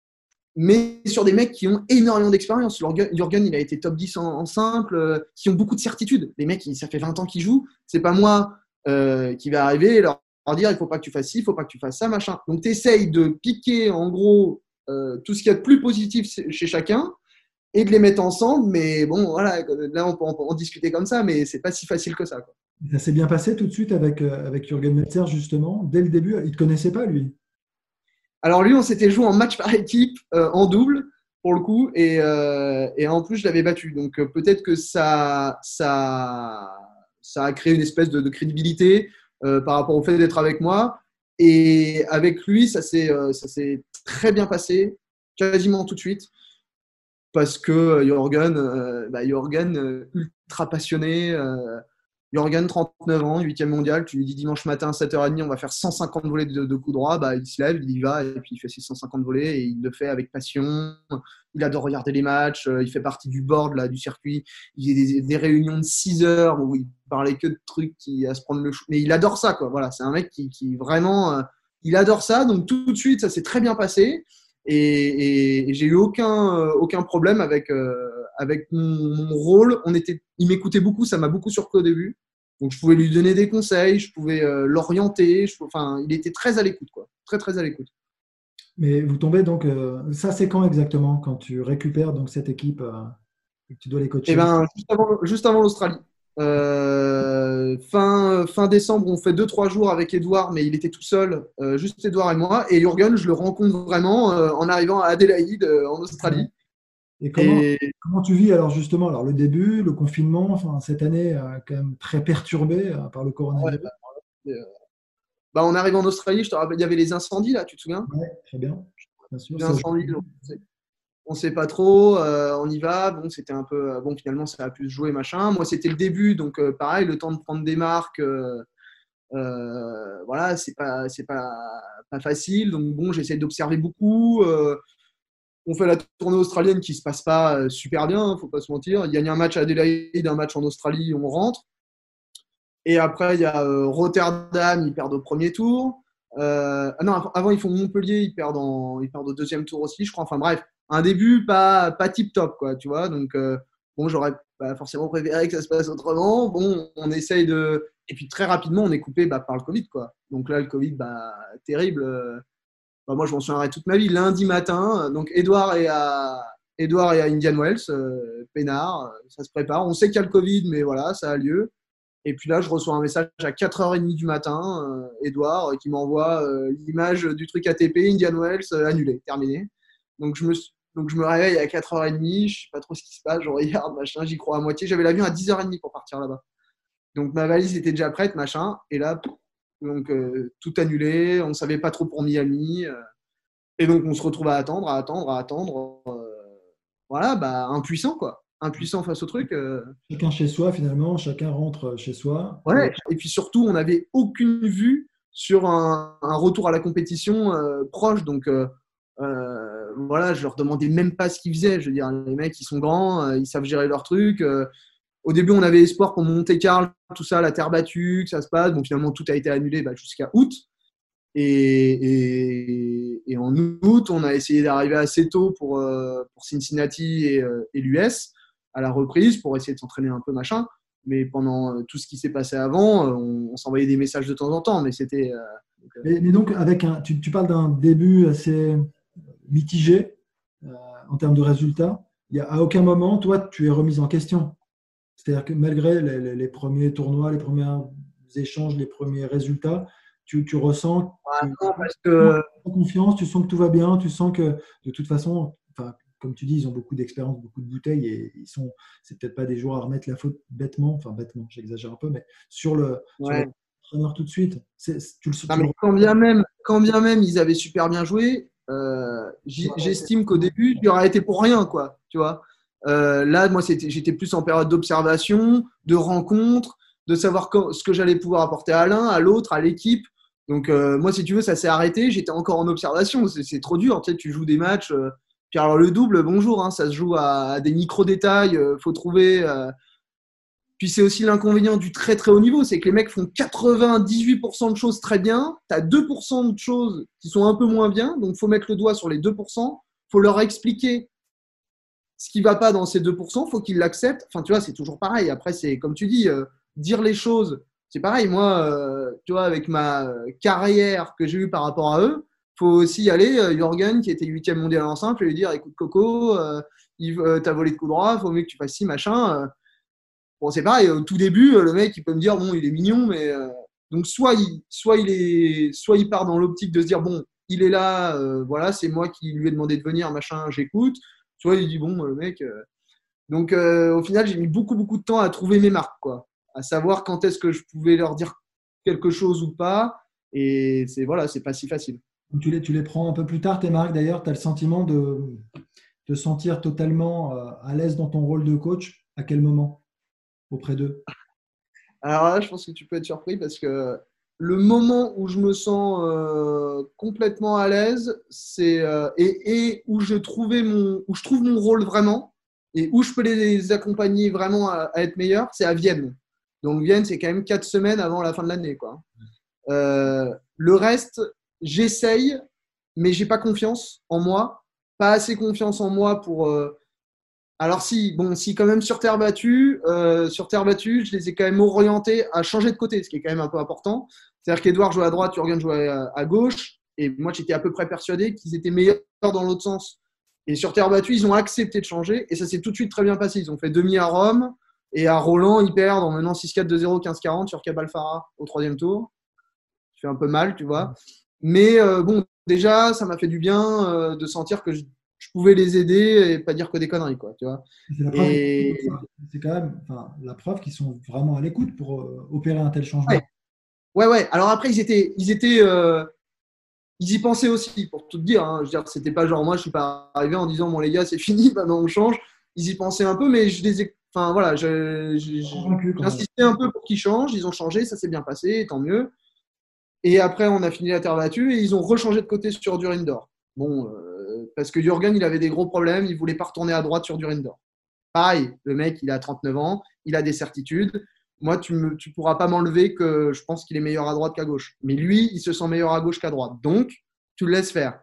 mais sur des mecs qui ont énormément d'expérience. Jürgen, il a été top dix en, en simple, euh, qui ont beaucoup de certitudes. Les mecs, ça fait vingt ans qu'ils jouent. C'est pas moi euh, qui va arriver et leur, leur dire il faut pas que tu fasses ci, il faut pas que tu fasses ça, machin. Donc, tu essayes de piquer, en gros, euh, tout ce qu'il y a de plus positif chez chacun et de les mettre ensemble. Mais bon, voilà, là, on peut, on peut en discuter comme ça, mais c'est pas si facile que ça, quoi. Ça s'est bien passé tout de suite avec, euh, avec Jürgen Metzer, justement, dès le début. Il ne te connaissait pas, lui. Alors lui, on s'était joué en match par équipe, euh, en double, pour le coup, et, euh, et en plus, je l'avais battu. Donc euh, peut-être que ça, ça, ça a créé une espèce de, de crédibilité euh, par rapport au fait d'être avec moi. Et avec lui, ça s'est, euh, ça s'est très bien passé, quasiment tout de suite, parce que euh, Jürgen, euh, bah, Jürgen euh, ultra passionné, euh, Jürgen, trente-neuf ans, huitième mondial, tu lui dis dimanche matin à sept heures trente, on va faire cent cinquante volées de, de coups droits, bah, il se lève, il y va, et puis il fait ses cent cinquante volées, et il le fait avec passion. Il adore regarder les matchs, il fait partie du board là, du circuit. Il y a des, des réunions de six heures où il parlait que de trucs qui, à se prendre le chou. Mais il adore ça, quoi. Voilà, c'est un mec qui, qui vraiment, euh, il adore ça, donc tout de suite, ça s'est très bien passé. Et, et, et j'ai eu aucun, euh, aucun problème avec, euh, avec mon, mon rôle. On était, il m'écoutait beaucoup, ça m'a beaucoup surpris au début. Donc je pouvais lui donner des conseils, je pouvais euh, l'orienter. Je, enfin, il était très à l'écoute, quoi. Très très à l'écoute. Mais vous tombez donc, euh, ça c'est quand exactement, quand tu récupères donc cette équipe euh, et que tu dois les Et coacher? ben juste avant, juste avant l'Australie. Euh, fin, fin décembre, on fait deux trois jours avec Edouard, mais il était tout seul, euh, juste Edouard et moi. Et Jürgen, je le rencontre vraiment euh, en arrivant à Adélaïde, euh, en Australie. Et comment, Et comment tu vis alors justement alors le début, le confinement, enfin cette année euh, quand même très perturbée euh, par le ouais, coronavirus? bah, euh, bah, on arrive en Australie, je te rappelle, il y avait les incendies là, tu te souviens? Ouais, très bien, bien sûr. Les Ça, je- incendies, on ne sait pas trop, euh, on y va. Bon, c'était un peu. euh, Bon, finalement, ça a pu se jouer, machin. Moi, c'était le début, donc euh, pareil, le temps de prendre des marques. Euh, euh, voilà, c'est pas, c'est pas, pas facile. Donc, bon, j'essaie d'observer beaucoup. Euh, on fait la tournée australienne qui se passe pas euh, super bien, hein, faut pas se mentir. Il gagne un match à Adélaïde, un match en Australie, on rentre. Et après, il y a euh, Rotterdam, ils perdent au premier tour. Euh, ah non, avant, ils font Montpellier, ils perdent, en, ils perdent au deuxième tour aussi, je crois. Enfin bref, un début pas, pas tip-top, quoi, tu vois. Donc, euh, bon, j'aurais pas forcément préféré que ça se passe autrement. Bon, on essaye de. Et puis très rapidement, on est coupé bah, par le Covid, quoi. Donc là, le Covid, bah, terrible. Bah, moi, je m'en souviendrai toute ma vie. Lundi matin, donc Edouard est à, Edouard est à Indian Wells, euh, peinard, ça se prépare. On sait qu'il y a le Covid, mais voilà, ça a lieu. Et puis là, je reçois un message à quatre heures trente du matin, euh, Edouard, euh, qui m'envoie euh, l'image du truc A T P, Indian Wells, euh, annulé, terminé. Donc je, me, donc je me réveille à quatre heures trente, je sais pas trop ce qui se passe, je regarde, machin, j'y crois à moitié. J'avais l'avion à dix heures trente pour partir là-bas. Donc ma valise était déjà prête, machin. Et là, donc euh, tout annulé, on ne savait pas trop pour Miami. Euh, et donc on se retrouve à attendre, à attendre, à attendre. Euh, voilà, bah impuissant quoi. Impuissant face au truc. Euh, Chacun chez soi finalement, chacun rentre chez soi. Et Ouais, et puis surtout, on n'avait aucune vue sur un, un retour à la compétition euh, proche. Donc, euh, euh, voilà, je leur demandais même pas ce qu'ils faisaient. Je veux dire, les mecs, ils sont grands, euh, ils savent gérer leur truc. Euh, au début, on avait espoir pour Monte-Carlo, tout ça, la terre battue, que ça se passe. Bon, finalement, tout a été annulé bah, jusqu'à août. Et, et, et en août, on a essayé d'arriver assez tôt pour, euh, pour Cincinnati et, euh, et l'U S à la reprise pour essayer de s'entraîner un peu, machin. Mais pendant euh, tout ce qui s'est passé avant, euh, on, on s'envoyait des messages de temps en temps. Mais c'était. Euh, donc, euh, mais, mais donc avec un, tu, tu parles d'un début assez mitigé euh, en termes de résultats. Il y a, à aucun moment, toi, tu es remise en question. C'est-à-dire que malgré les, les- les premiers tournois, les premiers échanges, les premiers résultats, tu, tu ressens Ah que non, parce tu sens que confiance, tu sens que tout va bien, tu sens que de toute façon, enfin, comme tu dis, ils ont beaucoup d'expérience, beaucoup de bouteilles et ils sont, c'est peut-être pas des joueurs à remettre la faute bêtement, enfin bêtement, j'exagère un peu, mais sur le sur ouais. l'entraîneur tout de suite, c'est, c'est- tu le, Non, tu le mais quand bien même, quand bien même ils avaient super bien joué, euh, j- ressens. j'estime qu'au début, il aurait été pour rien, quoi. Tu vois. Euh, là, moi, c'était, j'étais plus en période d'observation, de rencontre, de savoir quand- ce que j'allais pouvoir apporter à l'un, à l'autre, à l'équipe. Donc, euh, moi, si tu veux, ça s'est arrêté. J'étais encore en observation. C'est, c'est trop dur. Tu sais, tu joues des matchs. euh, puis alors, le double, bonjour, hein, ça se joue à, à des micro-détails. Il faut trouver. euh, Puis c'est aussi l'inconvénient du très très haut niveau, c'est que les mecs font quatre-vingt-dix-huit pour cent de choses très bien, tu as deux pour cent de choses qui sont un peu moins bien, donc il faut mettre le doigt sur les deux pour cent, il faut leur expliquer ce qui ne va pas dans ces deux pour cent, il faut qu'ils l'acceptent. Enfin, tu vois, c'est toujours pareil. Après, c'est comme tu dis, euh, dire les choses, c'est pareil. Moi, euh, tu vois, avec ma carrière que j'ai eue par rapport à eux, il faut aussi y aller. Euh, Jorgen, qui était huitième mondial en simple, et lui dire, écoute, Coco, euh, il, euh, t'as volé de coup droit, il faut mieux que tu fasses ci, machin. Euh, Bon, c'est pareil, au tout début, le mec, il peut me dire, bon, il est mignon, mais. euh, Donc, soit il, soit, il est, soit il part dans l'optique de se dire, bon, il est là, euh, voilà, c'est moi qui lui ai demandé de venir, machin, j'écoute. Soit il dit, bon, le mec. euh, Donc, euh, au final, j'ai mis beaucoup, beaucoup de temps à trouver mes marques, quoi. À savoir quand est-ce que je pouvais leur dire quelque chose ou pas. Et c'est, voilà, c'est pas si facile. Tu les, tu les prends un peu plus tard, tes marques d'ailleurs, tu as le sentiment de te sentir totalement euh, à l'aise dans ton rôle de coach. À quel moment auprès d'eux? Alors là, je pense que tu peux être surpris parce que le moment où je me sens euh, complètement à l'aise, c'est euh, et, et où je trouvais mon où je trouve mon rôle vraiment et où je peux les accompagner vraiment à, à être meilleurs, c'est à Vienne. Donc Vienne, c'est quand même quatre semaines avant la fin de l'année, quoi. Euh, le reste, j'essaye, mais j'ai pas confiance en moi, pas assez confiance en moi pour euh, alors si, bon, si quand même sur terre battue, euh, sur terre battue, je les ai quand même orientés à changer de côté, ce qui est quand même un peu important. C'est-à-dire qu'Edouard jouait à droite, Jürgen jouait à, à gauche, et moi j'étais à peu près persuadé qu'ils étaient meilleurs dans l'autre sens. Et sur terre battue, ils ont accepté de changer, et ça s'est tout de suite très bien passé. Ils ont fait demi à Rome, et à Roland, ils perdent en menant six quatre, deux zéro, quinze quarante sur Cabal Farah au troisième tour. Ça fait un peu mal, tu vois. Mais euh, bon, déjà, ça m'a fait du bien euh, de sentir que je, je pouvais les aider et pas dire que des conneries, quoi, tu vois. C'est la preuve qu'ils Et sont- c'est quand même enfin, la preuve qu'ils sont vraiment à l'écoute pour euh, opérer un tel ouais, changement. ouais, ouais. Alors après, ils étaient, ils étaient, euh, ils y pensaient aussi, pour tout te dire. Hein. Je veux dire, c'était pas genre moi, je suis pas arrivé en disant bon les gars, c'est fini, maintenant on change. Ils y pensaient un peu, mais je les ai, enfin voilà, je- je- je- Convaincu quand même. j'insistais un peu pour qu'ils changent. Ils ont changé, ça s'est bien passé, tant mieux. Et après, on a fini la terre battue et ils ont rechangé de côté sur Durindor. Bon, euh, parce que Jürgen, il avait des gros problèmes, il voulait pas retourner à droite sur Durindor. Pareil, le mec, il a trente-neuf ans, il a des certitudes. Moi, tu ne tu pourras pas m'enlever que je pense qu'il est meilleur à droite qu'à gauche. Mais lui, il se sent meilleur à gauche qu'à droite. Donc, tu le laisses faire.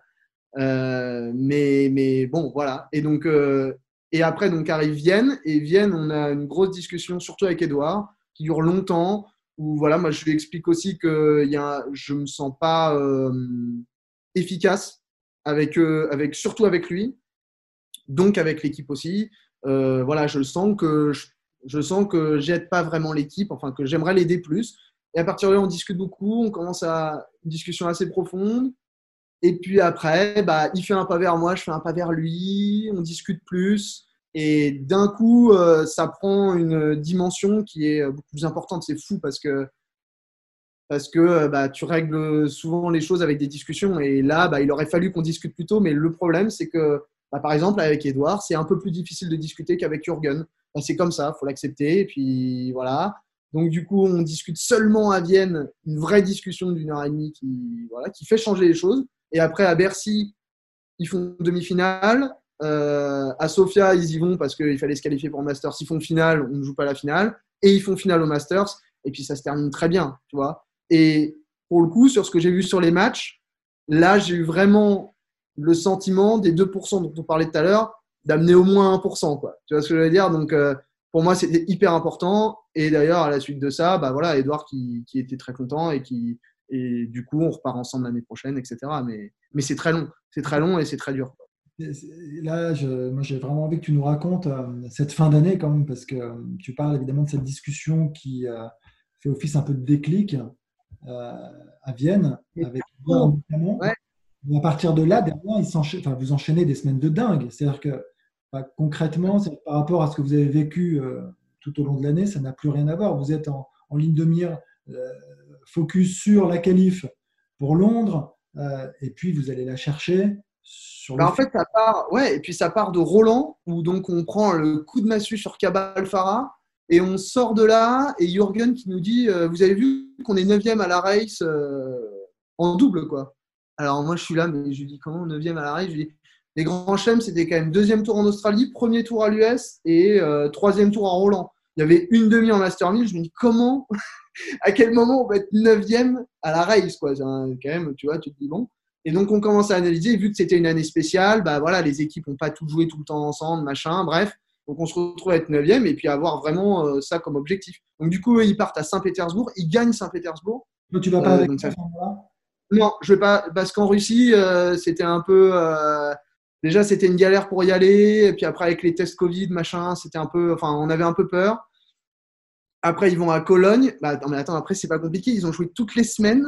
Euh, mais, mais bon, voilà. Et donc, euh, et après, donc arrive Vienne. Et Vienne, on a une grosse discussion, surtout avec Edouard, qui dure longtemps. Où voilà, moi, je lui explique aussi que y a, je me sens pas euh, efficace avec, euh, avec, surtout avec lui, donc avec l'équipe aussi. Euh, voilà, je sens que je, je sens que j'aide pas vraiment l'équipe, enfin que j'aimerais l'aider plus. Et à partir de là, on discute beaucoup, on commence à une discussion assez profonde. Et puis après, bah, il fait un pas vers moi, je fais un pas vers lui, on discute plus. Et d'un coup, euh, ça prend une dimension qui est beaucoup plus importante. C'est fou parce que, parce que euh, bah, tu règles souvent les choses avec des discussions. Et là, bah, il aurait fallu qu'on discute plus tôt. Mais le problème, c'est que, bah, par exemple, avec Edouard, c'est un peu plus difficile de discuter qu'avec Jürgen. Bah, c'est comme ça, il faut l'accepter. Et puis voilà. Donc, du coup, on discute seulement à Vienne, une vraie discussion d'une heure et demie qui, voilà, qui fait changer les choses. Et après, à Bercy, ils font demi-finale. Euh, à Sofia, ils y vont parce qu'il fallait se qualifier pour le Masters. Ils font finale, on ne joue pas la finale. Et ils font finale au Masters. Et puis, ça se termine très bien, tu vois. Et pour le coup, sur ce que j'ai vu sur les matchs, là, j'ai eu vraiment le sentiment des deux pour cent dont on parlait tout à l'heure, d'amener au moins un pour cent, quoi. Tu vois ce que je veux dire? Donc, euh, pour moi, c'était hyper important. Et d'ailleurs, à la suite de ça, bah voilà, Edouard qui, qui était très content et qui, et du coup, on repart ensemble l'année prochaine, et cetera. Mais, mais c'est très long. C'est très long et c'est très dur. Là, je, moi, j'ai vraiment envie que tu nous racontes euh, cette fin d'année quand même, parce que euh, tu parles évidemment de cette discussion qui euh, fait office un peu de déclic euh, à Vienne, Mais avec Björn trop. notamment. Ouais. Et à partir de là, derrière, ils s'encha- enfin, vous enchaînez des semaines de dingue. C'est-à-dire que bah, concrètement, c'est par rapport à ce que vous avez vécu euh, tout au long de l'année, ça n'a plus rien à voir. Vous êtes en, en ligne de mire, euh, focus sur la qualif pour Londres, euh, et puis vous allez la chercher sur le Bah, en fil. fait, ça part, ouais, et puis ça part de Roland, où donc on prend le coup de massue sur Cabal Farah, et on sort de là, et Jürgen qui nous dit euh, vous avez vu qu'on est neuvième à la race euh, en double, quoi. Alors moi, je suis là, mais je lui dis comment neuvième à la race? Je lui dis les grands chelems, c'était quand même deuxième tour en Australie, premier tour à l'U S et euh, troisième tour en Roland. Il y avait une demi en Master mille. Je me dis comment, à quel moment on va être neuvième à la race, quoi. Quand même, tu vois, tu te dis bon. Et donc, on commence à analyser. Vu que c'était une année spéciale, bah voilà, les équipes n'ont pas tout joué tout le temps ensemble, machin, bref. Donc, on se retrouve à être neuvième et puis avoir vraiment euh, ça comme objectif. Donc, du coup, eux, ils partent à Saint-Pétersbourg. Ils gagnent Saint-Pétersbourg. Toi, tu vas pas Euh, avec donc, moi ça à fait... ce moment-là? Non, je vais pas. Parce qu'en Russie, euh, c'était un peu. Euh, déjà, c'était une galère pour y aller. Et puis après, avec les tests Covid, machin, c'était un peu. Enfin, on avait un peu peur. Après, ils vont à Cologne. Bah, attends, mais attends, après, c'est pas compliqué. Ils ont joué toutes les semaines.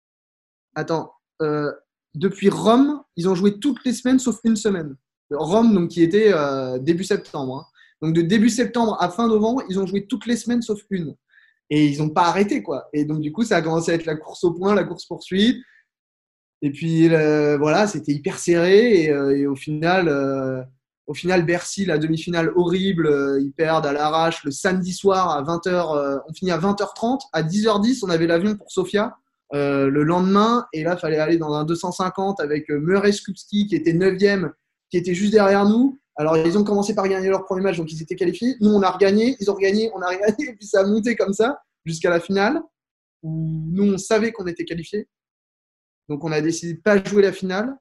Attends, euh, depuis Rome, ils ont joué toutes les semaines sauf une semaine. Rome, donc qui était euh, début septembre. Hein. Donc de début septembre à fin novembre, ils ont joué toutes les semaines sauf une. Et ils n'ont pas arrêté, quoi. Et donc du coup, ça a commencé à être la course au point, la course poursuite. Et puis euh, voilà, c'était hyper serré. Et, euh, et au final, euh, au final, Bercy, la demi-finale horrible, euh, ils perdent à l'arrache le samedi soir à vingt heures. Euh, on finit à vingt heures trente. À dix heures dix, on avait l'avion pour Sofia. Euh, le lendemain, et là, il fallait aller dans un deux cent cinquante avec euh, Murray Skupski qui était neuvième, qui était juste derrière nous. Alors, ils ont commencé par gagner leur premier match, donc ils étaient qualifiés. Nous, on a regagné, ils ont regagné, on a regagné, et puis ça a monté comme ça jusqu'à la finale, où nous, on savait qu'on était qualifiés. Donc, on a décidé de ne pas jouer la finale.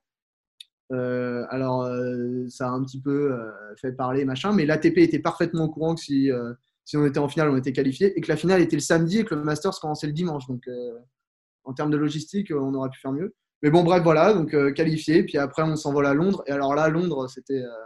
Euh, alors, euh, ça a un petit peu euh, fait parler, machin, mais l'A T P était parfaitement au courant que si, euh, si on était en finale, on était qualifiés, et que la finale était le samedi et que le Masters commençait le dimanche. Donc, euh, en termes de logistique, on aurait pu faire mieux. Mais bon, bref, voilà, donc euh, qualifié. Puis après, on s'envole à Londres. Et alors là, Londres, c'était, euh,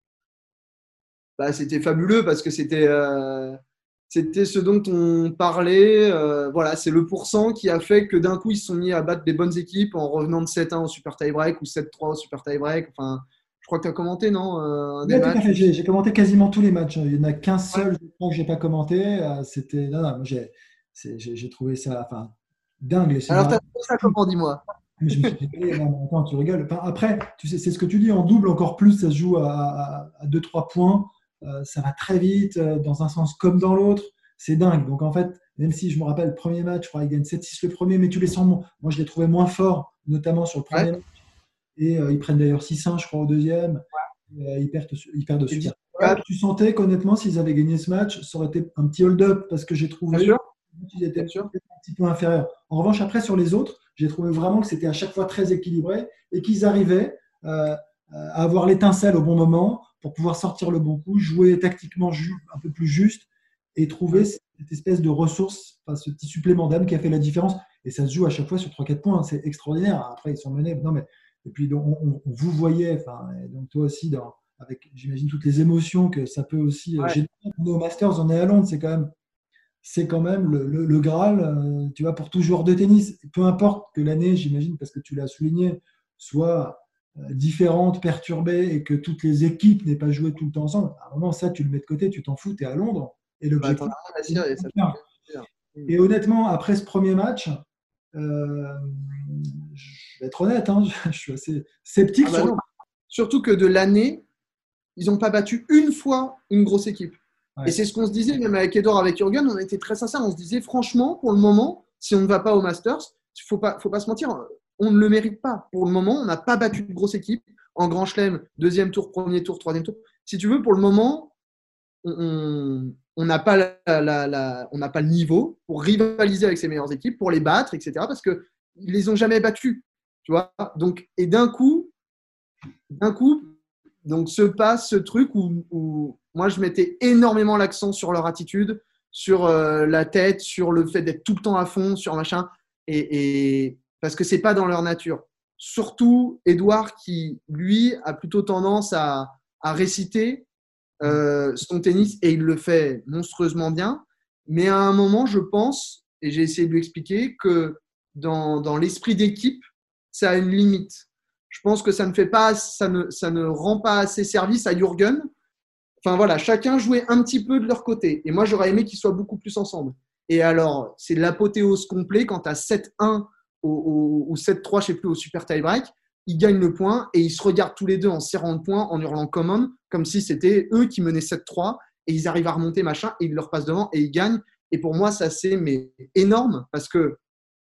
bah, c'était fabuleux parce que c'était, euh, c'était ce dont on parlait. Euh, voilà, c'est le pourcent qui a fait que d'un coup, ils se sont mis à battre des bonnes équipes en revenant de sept un au super tie-break ou sept trois au super tie-break. Enfin, je crois que tu as commenté, non, euh, un des Oui, tout à matchs fait. J'ai aussi. j'ai commenté quasiment tous les matchs. Il n'y en a qu'un Ouais. seul, je crois, que j'ai pas commenté. Euh, C'était, non, non, moi, j'ai c'est- j'ai- j'ai trouvé ça, enfin, dingue les Alors, tu scénarios. as trouvé ça comment, dis-moi? Mais je me suis régalé. Non, mais attends, tu rigoles. Enfin, après, tu sais, c'est ce que tu dis en double encore plus. Ça se joue à, deux trois points. Euh, ça va très vite, euh, dans un sens comme dans l'autre. C'est dingue. Donc en fait, même si je me rappelle le premier match, je crois qu'ils gagnent sept six le premier, mais tu les sens. Moi, moi, je les trouvais moins forts, notamment sur le Ouais. premier match. Et euh, ils prennent d'ailleurs six un, je crois, au deuxième. Euh, ils perdent, ils perdent au Et super. Ouais, dix-quatre, tu sentais qu'honnêtement, s'ils avaient gagné ce match, ça aurait été un petit hold-up parce que j'ai bien trouvé sûr, qu'ils étaient bien sûr. peut-être un petit peu inférieurs. En revanche, après, sur les autres, j'ai trouvé vraiment que c'était à chaque fois très équilibré et qu'ils arrivaient euh, à avoir l'étincelle au bon moment pour pouvoir sortir le bon coup, jouer tactiquement ju- un peu plus juste et trouver Ouais. cette espèce de ressource, enfin, ce petit supplément d'âme qui a fait la différence. Et ça se joue à chaque fois sur trois quatre points. Hein. C'est extraordinaire. Après, ils sont menés. Non, mais, et puis, donc, on, on- on vous voyait, enfin, et donc toi aussi, dans, avec, j'imagine, toutes les émotions que ça peut aussi euh, Ouais. générer. Nos Masters, on est à Londres, c'est quand même, c'est quand même le, le- le Graal, euh, tu vois, pour tout joueur de tennis. Peu importe que l'année, j'imagine, parce que tu l'as souligné, soit euh, différente, perturbée, et que toutes les équipes n'aient pas joué tout le temps ensemble. À un moment, ça, tu le mets de côté, tu t'en fous, tu es à Londres, et Bah, t'en l'objectif, as rien à c'est de cirer, ça bien. fait plaisir. Et honnêtement, après ce premier match, euh, je vais être honnête, hein, je, je suis assez sceptique Ah bah sur le. non. Surtout que de l'année, ils n'ont pas battu une fois une grosse équipe. Et Ouais. c'est ce qu'on se disait, même avec Edor, avec Jürgen, on était très sincères. On se disait, franchement, pour le moment, si on ne va pas au Masters, il ne faut pas, faut pas se mentir, on ne le mérite pas. Pour le moment, on n'a pas battu de grosse équipe en Grand Chelem, deuxième tour, premier tour, troisième tour. Si tu veux, pour le moment, on on n'a pas, la, la, la, on n'a pas le niveau pour rivaliser avec ces meilleures équipes, pour les battre, et cetera. Parce qu'ils ne les ont jamais battus. Tu vois. Donc, et d'un coup, d'un coup, donc se passe ce truc où, où moi je mettais énormément l'accent sur leur attitude, sur euh, la tête, sur le fait d'être tout le temps à fond, sur machin, et, et parce que c'est pas dans leur nature. surtout Edouard qui, lui, a plutôt tendance à, à réciter euh, son tennis et il le fait monstrueusement bien. Mais à un moment, je pense, et j'ai essayé de lui expliquer, que dans, dans l'esprit d'équipe, ça a une limite. Je pense que ça ne, fait pas, ça ne, ça ne rend pas assez service à Jürgen. Enfin voilà, chacun jouait un petit peu de leur côté. Et moi, j'aurais aimé qu'ils soient beaucoup plus ensemble. Et alors, c'est l'apothéose complet quand tu as sept un ou, ou sept trois, je ne sais plus, au super tie-break. Ils gagnent le point et ils se regardent tous les deux en serrant le point, en hurlant common, comme si c'était eux qui menaient sept trois. Et ils arrivent à remonter, machin, et ils leur passent devant et ils gagnent. Et pour moi, ça, c'est mais, énorme parce que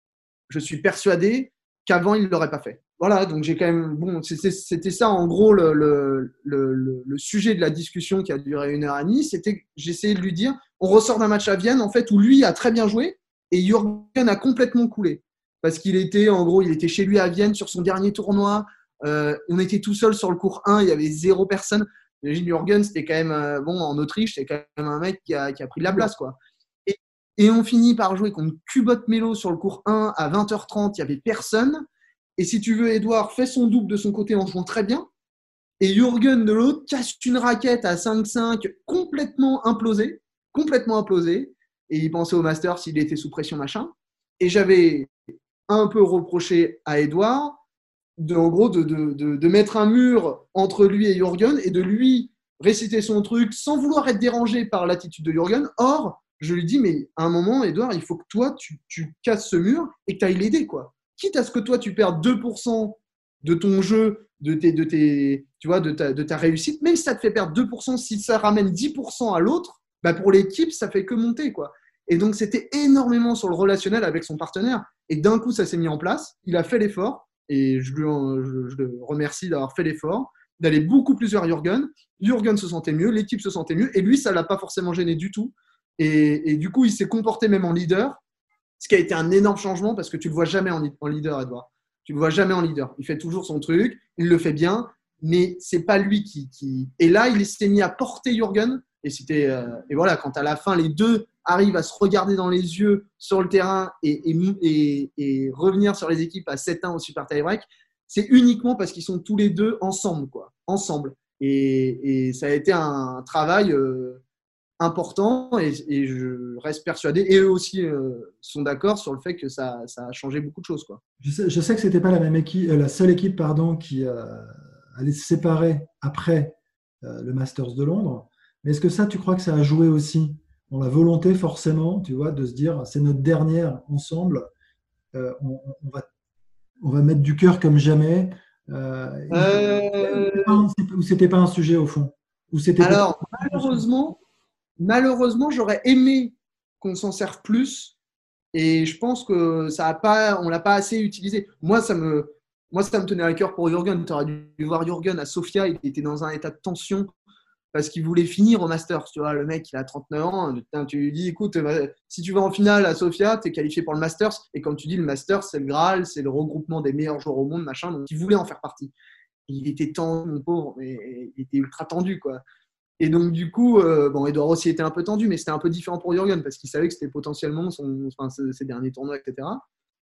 je suis persuadé qu'avant, ils ne l'auraient pas fait. Voilà, donc j'ai quand même. Bon, c'était, c'était ça en gros le, le, le, le sujet de la discussion qui a duré une heure et demie. C'était, j'essayais de lui dire, on ressort d'un match à Vienne en fait où lui a très bien joué et Jürgen a complètement coulé parce qu'il était en gros, il était chez lui à Vienne sur son dernier tournoi. Euh, on était tout seul sur le court un, il y avait zéro personne. Imagine Jürgen, c'était quand même euh, bon en Autriche, c'était quand même un mec qui a, qui a pris de la place quoi. Et, et on finit par jouer contre Kubot Melo sur le court un à vingt heures trente, il y avait personne. Et si tu veux, Edouard fait son double de son côté en jouant très bien. Et Jürgen de l'autre casse une raquette à cinq cinq complètement implosée. Complètement implosée. Et il pensait au Masters s'il était sous pression, machin. Et j'avais un peu reproché à Edouard, de, en gros, de, de, de, de mettre un mur entre lui et Jürgen et de lui réciter son truc sans vouloir être dérangé par l'attitude de Jürgen. Or, je lui dis, mais à un moment, Edouard, il faut que toi, tu, tu casses ce mur et que tu ailles l'aider, quoi. Quitte à ce que toi, tu perds deux pour cent de ton jeu, de, tes, de, tes, tu vois, de, ta, de ta réussite, même si ça te fait perdre deux pour cent, si ça ramène dix pour cent à l'autre, bah pour l'équipe, ça fait que monter, quoi. Et donc, c'était énormément sur le relationnel avec son partenaire. Et d'un coup, ça s'est mis en place. Il a fait l'effort. Et je, lui, je, je le remercie d'avoir fait l'effort, d'aller beaucoup plus vers Jürgen. Jürgen se sentait mieux, l'équipe se sentait mieux. Et lui, ça ne l'a pas forcément gêné du tout. Et, et du coup, il s'est comporté même en leader. Ce qui a été un énorme changement parce que tu ne le vois jamais en, en leader, Edouard. Tu ne le vois jamais en leader. Il fait toujours son truc, il le fait bien, mais ce n'est pas lui qui, qui… Et là, il s'est mis à porter Jürgen. Et, c'était, euh... et voilà, quand à la fin, les deux arrivent à se regarder dans les yeux sur le terrain et, et, et, et revenir sur les équipes à sept un au super tie-break, c'est uniquement parce qu'ils sont tous les deux ensemble. Quoi, ensemble. Et, et ça a été un travail… Euh... important et, et je reste persuadé, et eux aussi euh, sont d'accord sur le fait que ça, ça a changé beaucoup de choses. Quoi. Je sais, je sais que ce n'était pas la, même équipe, la seule équipe pardon, qui euh, allait se séparer après euh, le Masters de Londres, mais est-ce que ça, tu crois que ça a joué aussi dans la volonté forcément, tu vois, de se dire c'est notre dernière ensemble, euh, on, on, va, on va mettre du cœur comme jamais, euh, euh... ou c'était pas un sujet au fond ou c'était Alors, malheureusement, Malheureusement, j'aurais aimé qu'on s'en serve plus et je pense que ça a pas, on l'a pas assez utilisé. Moi, ça me, moi, ça me tenait à cœur pour Jürgen. Tu aurais dû voir Jürgen à Sofia, il était dans un état de tension parce qu'il voulait finir au Masters. Tu vois, le mec, il a trente-neuf ans. Tu lui dis, écoute, si tu vas en finale à Sofia, tu es qualifié pour le Masters. Et comme tu dis, le Masters, c'est le Graal, c'est le regroupement des meilleurs joueurs au monde, machin. Donc, il voulait en faire partie. Il était tendu, mon pauvre, mais il était ultra tendu, quoi. Et donc, du coup, euh, bon, Edouard aussi était un peu tendu, mais c'était un peu différent pour Jürgen parce qu'il savait que c'était potentiellement son, enfin, ses, ses derniers tournois, et cetera.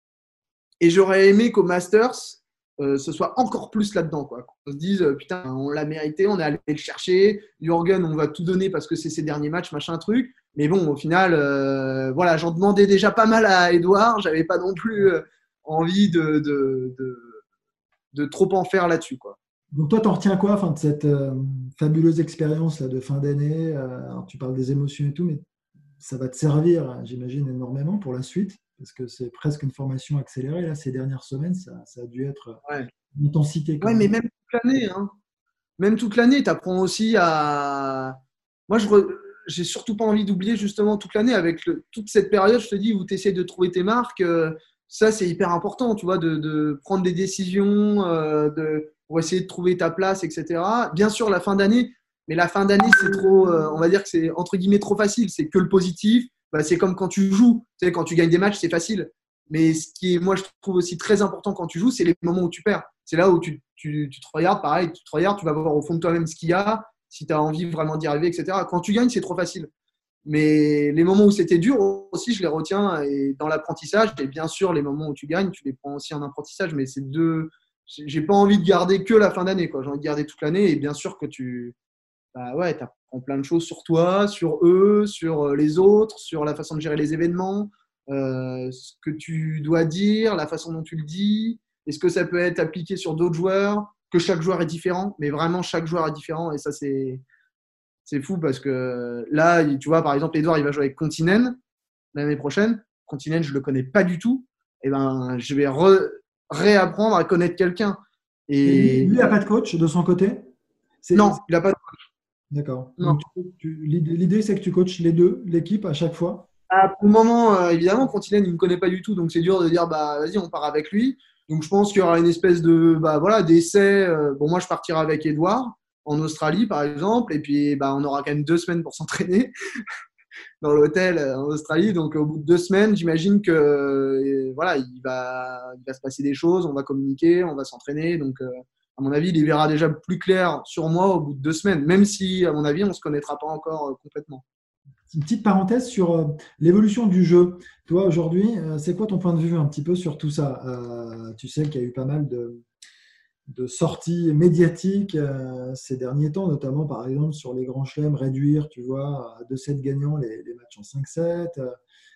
Et j'aurais aimé qu'au Masters, euh, ce soit encore plus là-dedans, quoi. Qu'on se dise, euh, putain, on l'a mérité, on est allé le chercher. Jürgen, on va tout donner parce que c'est ses derniers matchs, machin truc. Mais bon, au final, euh, voilà, j'en demandais déjà pas mal à Edouard. J'avais pas non plus euh, envie de, de, de, de trop en faire là-dessus, quoi. Donc toi, tu en retiens quoi enfin, de cette euh, fabuleuse expérience là, de fin d'année euh, alors, tu parles des émotions et tout, mais ça va te servir, j'imagine, énormément pour la suite, parce que c'est presque une formation accélérée. Là, ces dernières semaines, ça, ça a dû être ouais. une intensité. Ouais, mais même toute l'année, hein. Même toute l'année, tu apprends aussi à… Moi, je re... j'ai surtout pas envie d'oublier justement toute l'année avec le... toute cette période, je te dis, où tu essaies de trouver tes marques. Euh, ça, c'est hyper important, tu vois, de, de prendre des décisions, euh, de... pour essayer de trouver ta place, et cetera. Bien sûr, la fin d'année, mais la fin d'année, c'est trop, euh, on va dire que c'est entre guillemets trop facile. C'est que le positif. Bah, c'est comme quand tu joues. Tu sais, quand tu gagnes des matchs, c'est facile. Mais ce qui est, moi, je trouve aussi très important quand tu joues, c'est les moments où tu perds. C'est là où tu, tu, tu te regardes, pareil, tu te regardes, tu vas voir au fond de toi-même ce qu'il y a, si tu as envie vraiment d'y arriver, et cetera. Quand tu gagnes, c'est trop facile. Mais les moments où c'était dur aussi, je les retiens et dans l'apprentissage. Et bien sûr, les moments où tu gagnes, tu les prends aussi en apprentissage. Mais c'est deux, j'ai pas envie de garder que la fin d'année, quoi. J'ai envie de garder toute l'année. Et bien sûr que tu bah ouais, apprends plein de choses sur toi, sur eux, sur les autres, sur la façon de gérer les événements, euh, ce que tu dois dire, la façon dont tu le dis. Est-ce que ça peut être appliqué sur d'autres joueurs? Que chaque joueur est différent, mais vraiment chaque joueur est différent. Et ça, c'est, c'est fou parce que là, tu vois, par exemple, Edouard, il va jouer avec Continen l'année prochaine. Continen, je ne le connais pas du tout. Et ben, je vais re- réapprendre à connaître quelqu'un. Et lui, il n'a pas de coach de son côté? C'est, non, il n'a pas de coach. D'accord. Non. Donc, tu- tu- l'idée, l'idée, c'est que tu coaches les deux, l'équipe à chaque fois? Ah, pour le moment, euh, évidemment, Continen, il ne me connaît pas du tout. Donc, c'est dur de dire, bah, vas-y, on part avec lui. Donc, je pense qu'il y aura une espèce de, bah, voilà, d'essai. Euh, bon, moi, je partirai avec Edouard en Australie, par exemple. Et puis, bah, on aura quand même deux semaines pour s'entraîner dans l'hôtel en Australie. Donc, au bout de deux semaines, j'imagine que euh, voilà, il va, il va se passer des choses. On va communiquer, on va s'entraîner. Donc, euh, à mon avis, il y verra déjà plus clair sur moi au bout de deux semaines, même si, à mon avis, on ne se connaîtra pas encore euh, complètement. Une petite parenthèse sur euh, l'évolution du jeu. Toi, aujourd'hui, euh, c'est quoi ton point de vue un petit peu sur tout ça? Euh, tu sais qu'il y a eu pas mal de, de sorties médiatiques euh, ces derniers temps, notamment par exemple sur les grands chelems, réduire, tu vois, à deux sept gagnants les, les matchs en cinq sept. Euh,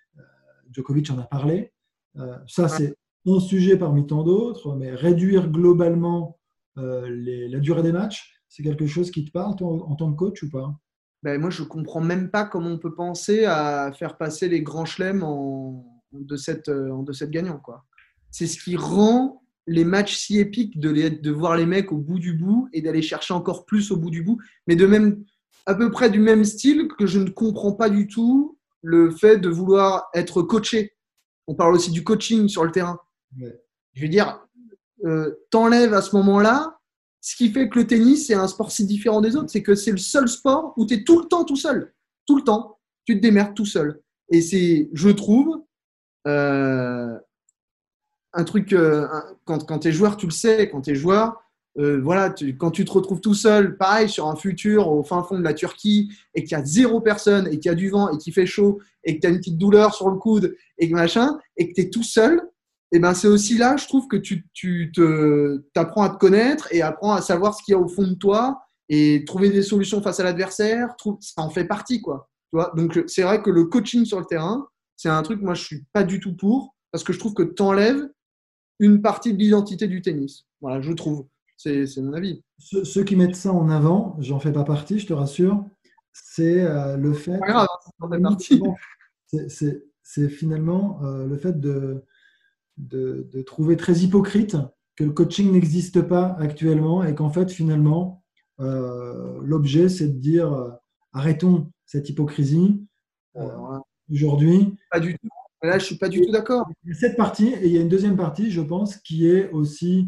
Djokovic en a parlé. Euh, ça, c'est un sujet parmi tant d'autres, mais réduire globalement euh, les, la durée des matchs, c'est quelque chose qui te parle, toi, en tant que coach ou pas? Ben, moi, je ne comprends même pas comment on peut penser à faire passer les grands chelems en, en deux sept en deux sept gagnants, quoi. C'est ce qui rend les matchs si épiques de, les, de voir les mecs au bout du bout et d'aller chercher encore plus au bout du bout, mais de même, à peu près du même style que je ne comprends pas du tout le fait de vouloir être coaché. On parle aussi du coaching sur le terrain. Ouais. Je veux dire, euh, t'enlèves à ce moment-là ce qui fait que le tennis, c'est un sport si différent des autres, c'est que c'est le seul sport où tu es tout le temps tout seul. Tout le temps, tu te démerdes tout seul. Et c'est, je trouve, euh, un truc, euh, un, quand, quand tu es joueur, tu le sais, quand tu es joueur, euh, voilà, tu, quand tu te retrouves tout seul, pareil, sur un futur au fin fond de la Turquie, et qu'il y a zéro personne, et qu'il y a du vent, et qu'il fait chaud, et que tu as une petite douleur sur le coude, et que machin, et que tu es tout seul, et ben c'est aussi là, je trouve que tu, tu te, t'apprends à te connaître et apprends à savoir ce qu'il y a au fond de toi et trouver des solutions face à l'adversaire. Trouve, ça en fait partie, quoi. Tu vois. Donc, c'est vrai que le coaching sur le terrain, c'est un truc, moi, je suis pas du tout pour parce que je trouve que tu enlèves une partie de l'identité du tennis. Voilà, je trouve. C'est, c'est mon avis. Ceux, ceux qui mettent ça en avant, j'en fais pas partie, je te rassure, c'est euh, le fait. Pas grave, ça en fait partie. C'est, c'est, c'est finalement euh, le fait de. De, de trouver très hypocrite que le coaching n'existe pas actuellement et qu'en fait, finalement, euh, l'objet, c'est de dire euh, arrêtons cette hypocrisie euh, aujourd'hui. Pas du tout. Là, je ne suis pas du tout d'accord. Il y a cette partie et il y a une deuxième partie, je pense, qui est aussi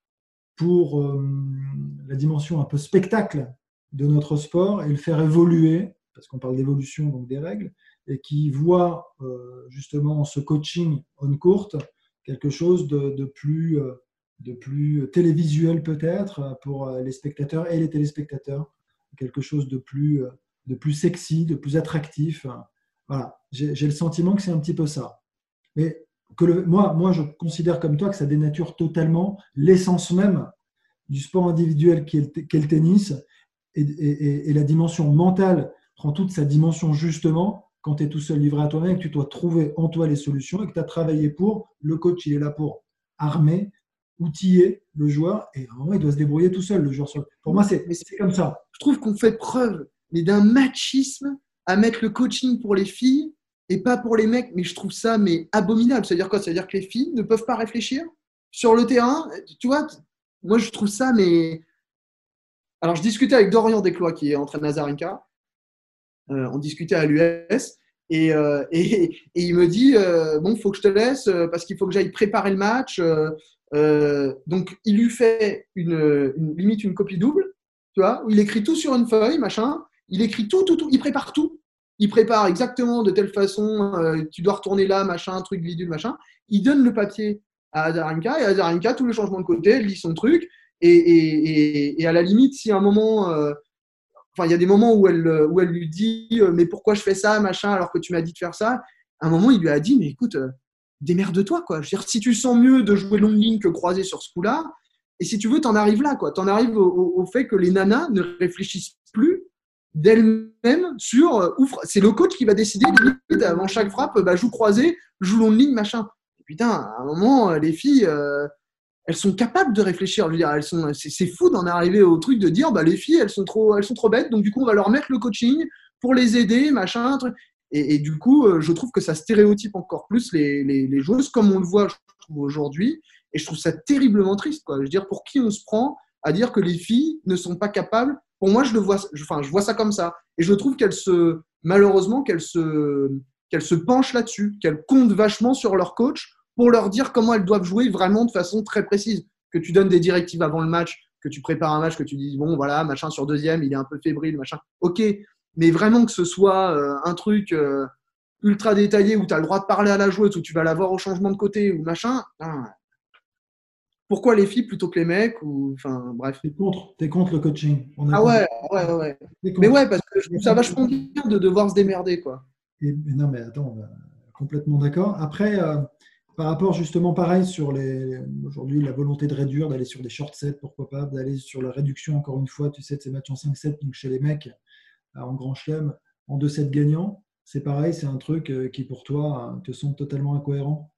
pour euh, la dimension un peu spectacle de notre sport et le faire évoluer, parce qu'on parle d'évolution, donc des règles, et qui voit euh, justement ce coaching on-court quelque chose de, de, plus, de plus télévisuel peut-être pour les spectateurs et les téléspectateurs, quelque chose de plus, de plus sexy, de plus attractif. Voilà, j'ai, j'ai le sentiment que c'est un petit peu ça. Mais que le, moi, moi, je considère comme toi que ça dénature totalement l'essence même du sport individuel qui est le, qui est le tennis et, et, et la dimension mentale prend toute sa dimension justement quand tu es tout seul livré à toi-même, que tu dois trouver en toi les solutions et que tu as travaillé pour, le coach, il est là pour armer, outiller le joueur et vraiment, il doit se débrouiller tout seul, le joueur. Pour moi, c'est, c'est comme ça. Je trouve qu'on fait preuve mais d'un machisme à mettre le coaching pour les filles et pas pour les mecs. Mais je trouve ça mais abominable. Ça veut dire quoi? Ça veut dire que les filles ne peuvent pas réfléchir sur le terrain. Tu vois, moi, je trouve ça, mais… Alors, je discutais avec Dorian Desclois, qui est entraîneur Azarenka. Euh, on discutait à l'U S et, euh, et, et il me dit euh, bon, il faut que je te laisse euh, parce qu'il faut que j'aille préparer le match. Euh, euh, donc, il lui fait une, une, limite une copie double, tu vois, où il écrit tout sur une feuille, machin. Il écrit tout, tout, tout. Il prépare tout. Il prépare exactement de telle façon. Euh, tu dois retourner là, machin, truc bidule, machin. Il donne le papier à Azarenka et Azarenka, tous les changements de côté, elle lit son truc. Et, et, et, et à la limite, si à un moment… Euh, Enfin, il y a des moments où elle, où elle lui dit « Mais pourquoi je fais ça, machin, alors que tu m'as dit de faire ça ?» À un moment, il lui a dit « Mais écoute, euh, démerde-toi, quoi. Je veux dire, si tu sens mieux de jouer longue ligne que croisé sur ce coup-là, Et si tu veux, tu en arrives là, quoi. Tu en arrives au, au, au fait que les nanas ne réfléchissent plus d'elles-mêmes sur euh, ouf, c'est le coach qui va décider limite, avant chaque frappe, bah, joue croisé, joue long de ligne, machin. Et putain, à un moment, les filles, euh, elles sont capables de réfléchir. Je veux dire, elles sont, c'est, c'est fou d'en arriver au truc de dire, bah, les filles, elles sont trop, elles sont trop bêtes, donc du coup, on va leur mettre le coaching pour les aider, machin, truc. Et, et du coup, euh, je trouve que ça stéréotype encore plus les, les, les joueuses, comme on le voit, je trouve, aujourd'hui. Et je trouve ça terriblement triste, quoi. Je veux dire, pour qui on se prend à dire que les filles ne sont pas capables. Pour moi, je le vois, je, enfin, je vois ça comme ça. Et je trouve qu'elles se, malheureusement, qu'elles se, qu'elles se penchent là-dessus, qu'elles comptent vachement sur leur coach pour leur dire comment elles doivent jouer vraiment de façon très précise. Que tu donnes des directives avant le match, que tu prépares un match, que tu dis, bon, voilà, machin sur deuxième, il est un peu fébrile, machin. Ok, mais vraiment que ce soit euh, un truc euh, ultra détaillé où tu as le droit de parler à la joueuse, où tu vas la voir au changement de côté ou machin. Hein. Pourquoi les filles plutôt que les mecs ou enfin bref. T'es contre, t'es contre le coaching. On ah ouais, ouais, ouais. Mais ouais, parce que je trouve ça vachement bien de devoir se démerder, quoi. Et, mais non, mais attends, complètement d'accord. Après, euh, par rapport justement pareil sur les aujourd'hui la volonté de réduire, d'aller sur des short sets, pourquoi pas, d'aller sur la réduction encore une fois, tu sais, de ces matchs en cinq sept, donc chez les mecs en grand chelem, en deux sets gagnants, c'est pareil, c'est un truc qui pour toi te semble totalement incohérent.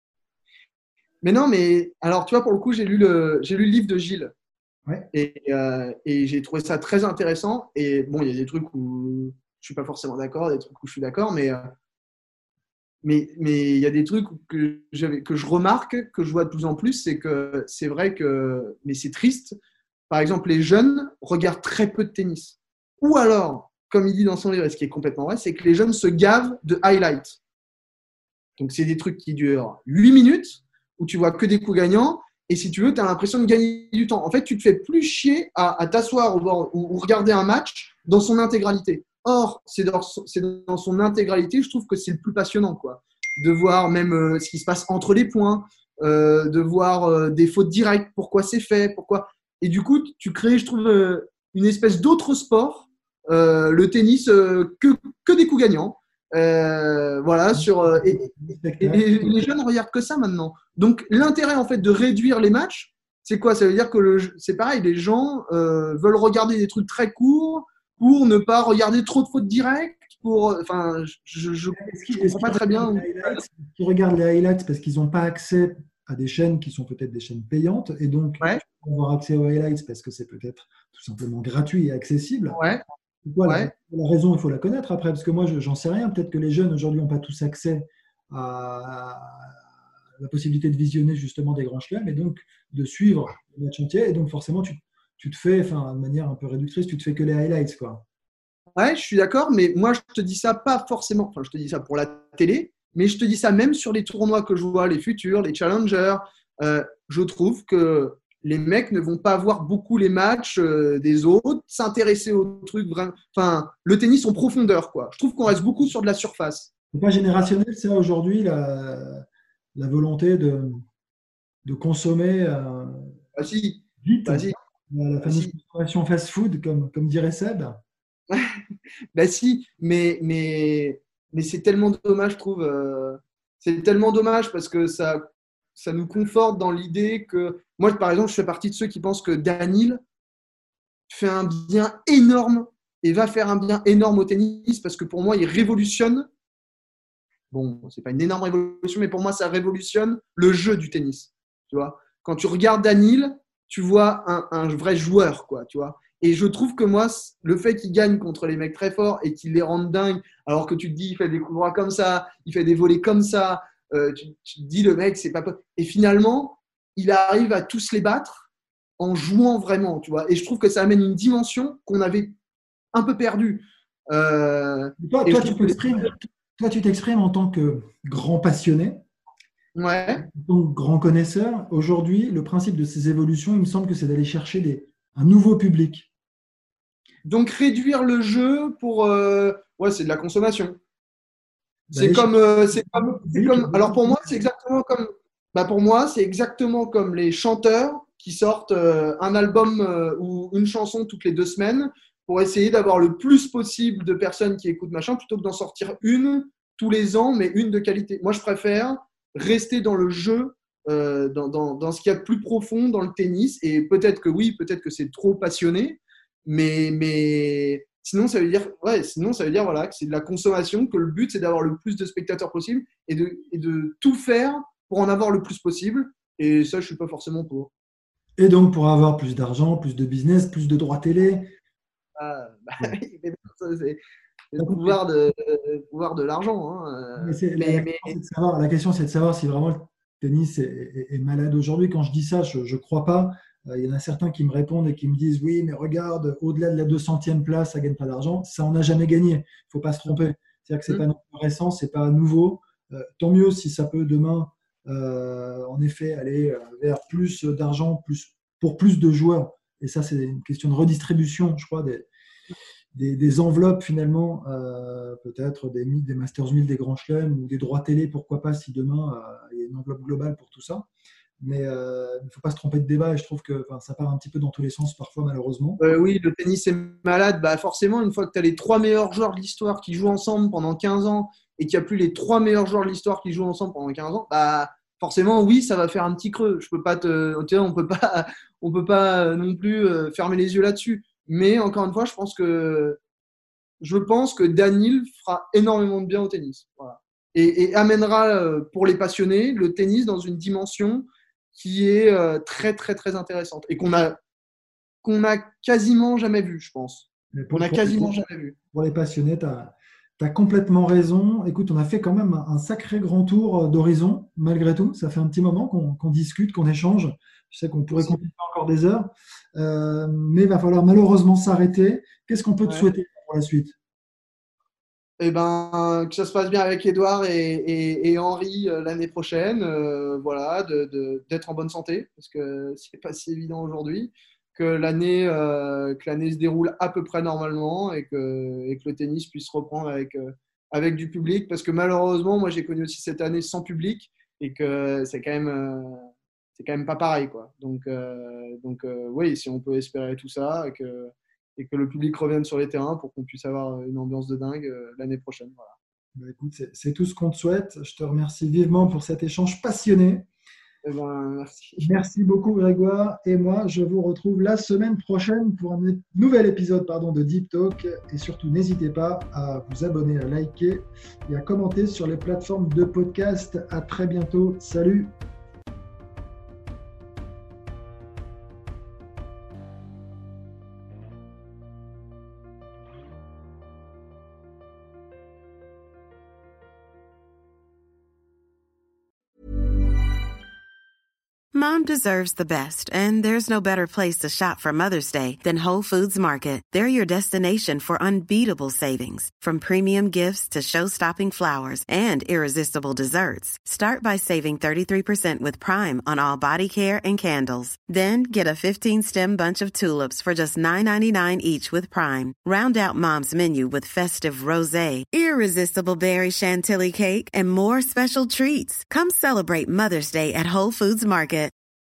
Mais non, mais alors tu vois, pour le coup, j'ai lu le, j'ai lu le livre de Gilles. Ouais. Et, euh, et j'ai trouvé ça très intéressant. Et bon, il y a des trucs où je suis pas forcément d'accord, des trucs où je suis d'accord, mais euh, mais mais il y a des trucs que j'avais que je remarque, que je vois de plus en plus, c'est que c'est vrai que mais c'est triste. Par exemple, les jeunes regardent très peu de tennis. Ou alors, comme il dit dans son livre, et ce qui est complètement vrai, c'est que les jeunes se gavent de highlights. Donc c'est des trucs qui durent huit minutes où tu vois que des coups gagnants. Et si tu veux, tu as l'impression de gagner du temps. En fait, tu te fais plus chier à, à t'asseoir ou, ou regarder un match dans son intégralité. Or, c'est dans, c'est dans son intégralité, je trouve que c'est le plus passionnant, quoi. De voir même euh, ce qui se passe entre les points, euh, de voir euh, des fautes directes, pourquoi c'est fait, pourquoi. Et du coup, tu crées, je trouve, euh, une espèce d'autre sport, euh, le tennis, euh, que, que des coups gagnants. Euh, voilà, sur, euh, et, et, et les jeunes ne regardent que ça maintenant. Donc, l'intérêt en fait de réduire les matchs, c'est quoi? Ça veut dire que le, c'est pareil, les gens euh, veulent regarder des trucs très courts pour ne pas regarder trop de fautes directes. Pour, enfin, je ne comprends pas très bien. Ils regardent les highlights parce qu'ils n'ont pas accès à des chaînes qui sont peut-être des chaînes payantes et donc ouais. ils vont avoir accès aux highlights parce que c'est peut-être tout simplement gratuit et accessible. Ouais. Quoi, ouais. la, la raison, il faut la connaître après, parce que moi, je, j'en sais rien. Peut-être que les jeunes aujourd'hui n'ont pas tous accès à, à la possibilité de visionner justement des grands chelems et donc de suivre le match entier. Et donc, forcément, tu, tu te fais, enfin, de manière un peu réductrice, tu te fais que les highlights, quoi. Ouais, je suis d'accord, mais moi, je te dis ça pas forcément. Enfin, je te dis ça pour la télé, mais je te dis ça même sur les tournois que je vois, les futurs, les challengers. Euh, je trouve que les mecs ne vont pas voir beaucoup les matchs euh, des autres, s'intéresser aux trucs vraiment. Enfin, le tennis en profondeur, quoi. Je trouve qu'on reste beaucoup sur de la surface. C'est pas générationnel, ça, aujourd'hui, la, la volonté de, de consommer euh, bah, si. vite, bah, si. la fameuse consommation bah, si. fast-food, comme, comme dirait Seb. bah si, mais, mais, mais c'est tellement dommage, je trouve. Euh, c'est tellement dommage parce que ça. Ça nous conforte dans l'idée que… Moi, par exemple, je fais partie de ceux qui pensent que Daniil fait un bien énorme et va faire un bien énorme au tennis parce que pour moi, il révolutionne… Bon, c'est pas une énorme révolution, mais pour moi, ça révolutionne le jeu du tennis. Tu vois, quand tu regardes Daniil, tu vois un, un vrai joueur, quoi, tu vois. Et je trouve que moi, le fait qu'il gagne contre les mecs très forts et qu'il les rende dingues, alors que tu te dis, il fait des coups droits comme ça, il fait des volets comme ça, Euh, tu, tu te dis le mec c'est pas et finalement il arrive à tous les battre en jouant vraiment, tu vois, et je trouve que ça amène une dimension qu'on avait un peu perdue. Euh, toi, toi, tu t'exprimes, que... toi tu t'exprimes en tant que grand passionné, ouais, donc grand connaisseur. Aujourd'hui, le principe de ces évolutions, il me semble que c'est d'aller chercher des, un nouveau public, donc réduire le jeu pour euh... ouais, c'est de la consommation. C'est comme, euh, c'est comme, c'est comme. Alors pour moi, c'est exactement comme. Bah pour moi, c'est exactement comme les chanteurs qui sortent euh, un album euh, ou une chanson toutes les deux semaines pour essayer d'avoir le plus possible de personnes qui écoutent machin, plutôt que d'en sortir une tous les ans, mais une de qualité. Moi, je préfère rester dans le jeu euh, dans, dans, dans ce qu'il y a de plus profond dans le tennis. Et peut-être que oui, peut-être que c'est trop passionné, mais, mais sinon, ça veut dire, ouais, sinon, ça veut dire voilà, que c'est de la consommation, que le but, c'est d'avoir le plus de spectateurs possible et de, et de tout faire pour en avoir le plus possible. Et ça, je ne suis pas forcément pour. Et donc, pour avoir plus d'argent, plus de business, plus de droits télé. Ah, bah, ça, c'est, c'est le pouvoir de, le pouvoir de l'argent. Hein. Mais c'est, mais, la, mais... la, question, c'est de savoir, la question, c'est de savoir si vraiment le tennis est, est, est malade aujourd'hui. Quand je dis ça, je ne crois pas. Euh, il y en a certains qui me répondent et qui me disent « Oui, mais regarde, au-delà de la deux centième place, ça ne gagne pas d'argent. » Ça, on n'a jamais gagné. Il ne faut pas se tromper. C'est-à-dire que ce n'est pas récent, ce n'est pas nouveau. Euh, tant mieux si ça peut demain, euh, en effet, aller vers plus d'argent, plus, pour plus de joueurs. Et ça, c'est une question de redistribution, je crois, des, des, des enveloppes finalement, euh, peut-être des, des Masters mille, des Grands Chelems ou des droits télé, pourquoi pas, si demain, euh, il y a une enveloppe globale pour tout ça. Mais euh, il ne faut pas se tromper de débat et je trouve que ça part un petit peu dans tous les sens parfois, malheureusement. Euh, oui, le tennis est malade. Bah, forcément, une fois que tu as les trois meilleurs joueurs de l'histoire qui jouent ensemble pendant quinze ans et qu'il n'y a plus les trois meilleurs joueurs de l'histoire qui jouent ensemble pendant quinze ans, bah, forcément, oui, ça va faire un petit creux. Je peux pas te, tu vois, on peut pas, on peut pas non plus fermer les yeux là-dessus. Mais encore une fois, je pense que, je pense que Daniil fera énormément de bien au tennis. Voilà. Et, et amènera pour les passionnés le tennis dans une dimension qui est très, très, très intéressante et qu'on a, qu'on a quasiment jamais vu, je pense. Pour, on a pour, quasiment pour, jamais vu. Pour les passionnés, tu as Tu as complètement raison. Écoute, on a fait quand même un sacré grand tour d'horizon, malgré tout. Ça fait un petit moment qu'on, qu'on discute, qu'on échange. Je sais qu'on pourrait continuer encore des heures. Euh, mais il va falloir malheureusement s'arrêter. Qu'est-ce qu'on peut te ouais. souhaiter pour la suite ? Eh ben, que ça se passe bien avec Edouard et, et, et Henri euh, l'année prochaine. Euh, voilà, de, de, d'être en bonne santé, parce que c'est pas si évident aujourd'hui. Que l'année, euh, que l'année se déroule à peu près normalement et que, et que le tennis puisse reprendre avec, euh, avec du public. Parce que malheureusement, moi, j'ai connu aussi cette année sans public et que c'est quand même, euh, c'est quand même pas pareil, quoi. Donc, euh, donc euh, oui, si on peut espérer tout ça et que, et que le public revienne sur les terrains pour qu'on puisse avoir une ambiance de dingue euh, l'année prochaine. Voilà. Bah, écoute, c'est, c'est tout ce qu'on te souhaite. Je te remercie vivement pour cet échange passionné. Eh ben, merci. Merci beaucoup Grégoire et moi je vous retrouve la semaine prochaine pour un nouvel épisode pardon, de Deep Talk et surtout n'hésitez pas à vous abonner, à liker et à commenter sur les plateformes de podcast. À très bientôt, salut. Mom deserves the best, and there's no better place to shop for Mother's Day than Whole Foods Market. They're your destination for unbeatable savings, from premium gifts to show-stopping flowers and irresistible desserts. Start by saving thirty-three percent with Prime on all body care and candles. Then get a fifteen-stem bunch of tulips for just nine ninety-nine each with Prime. Round out Mom's menu with festive rosé, irresistible berry chantilly cake, and more special treats. Come celebrate Mother's Day at Whole Foods Market.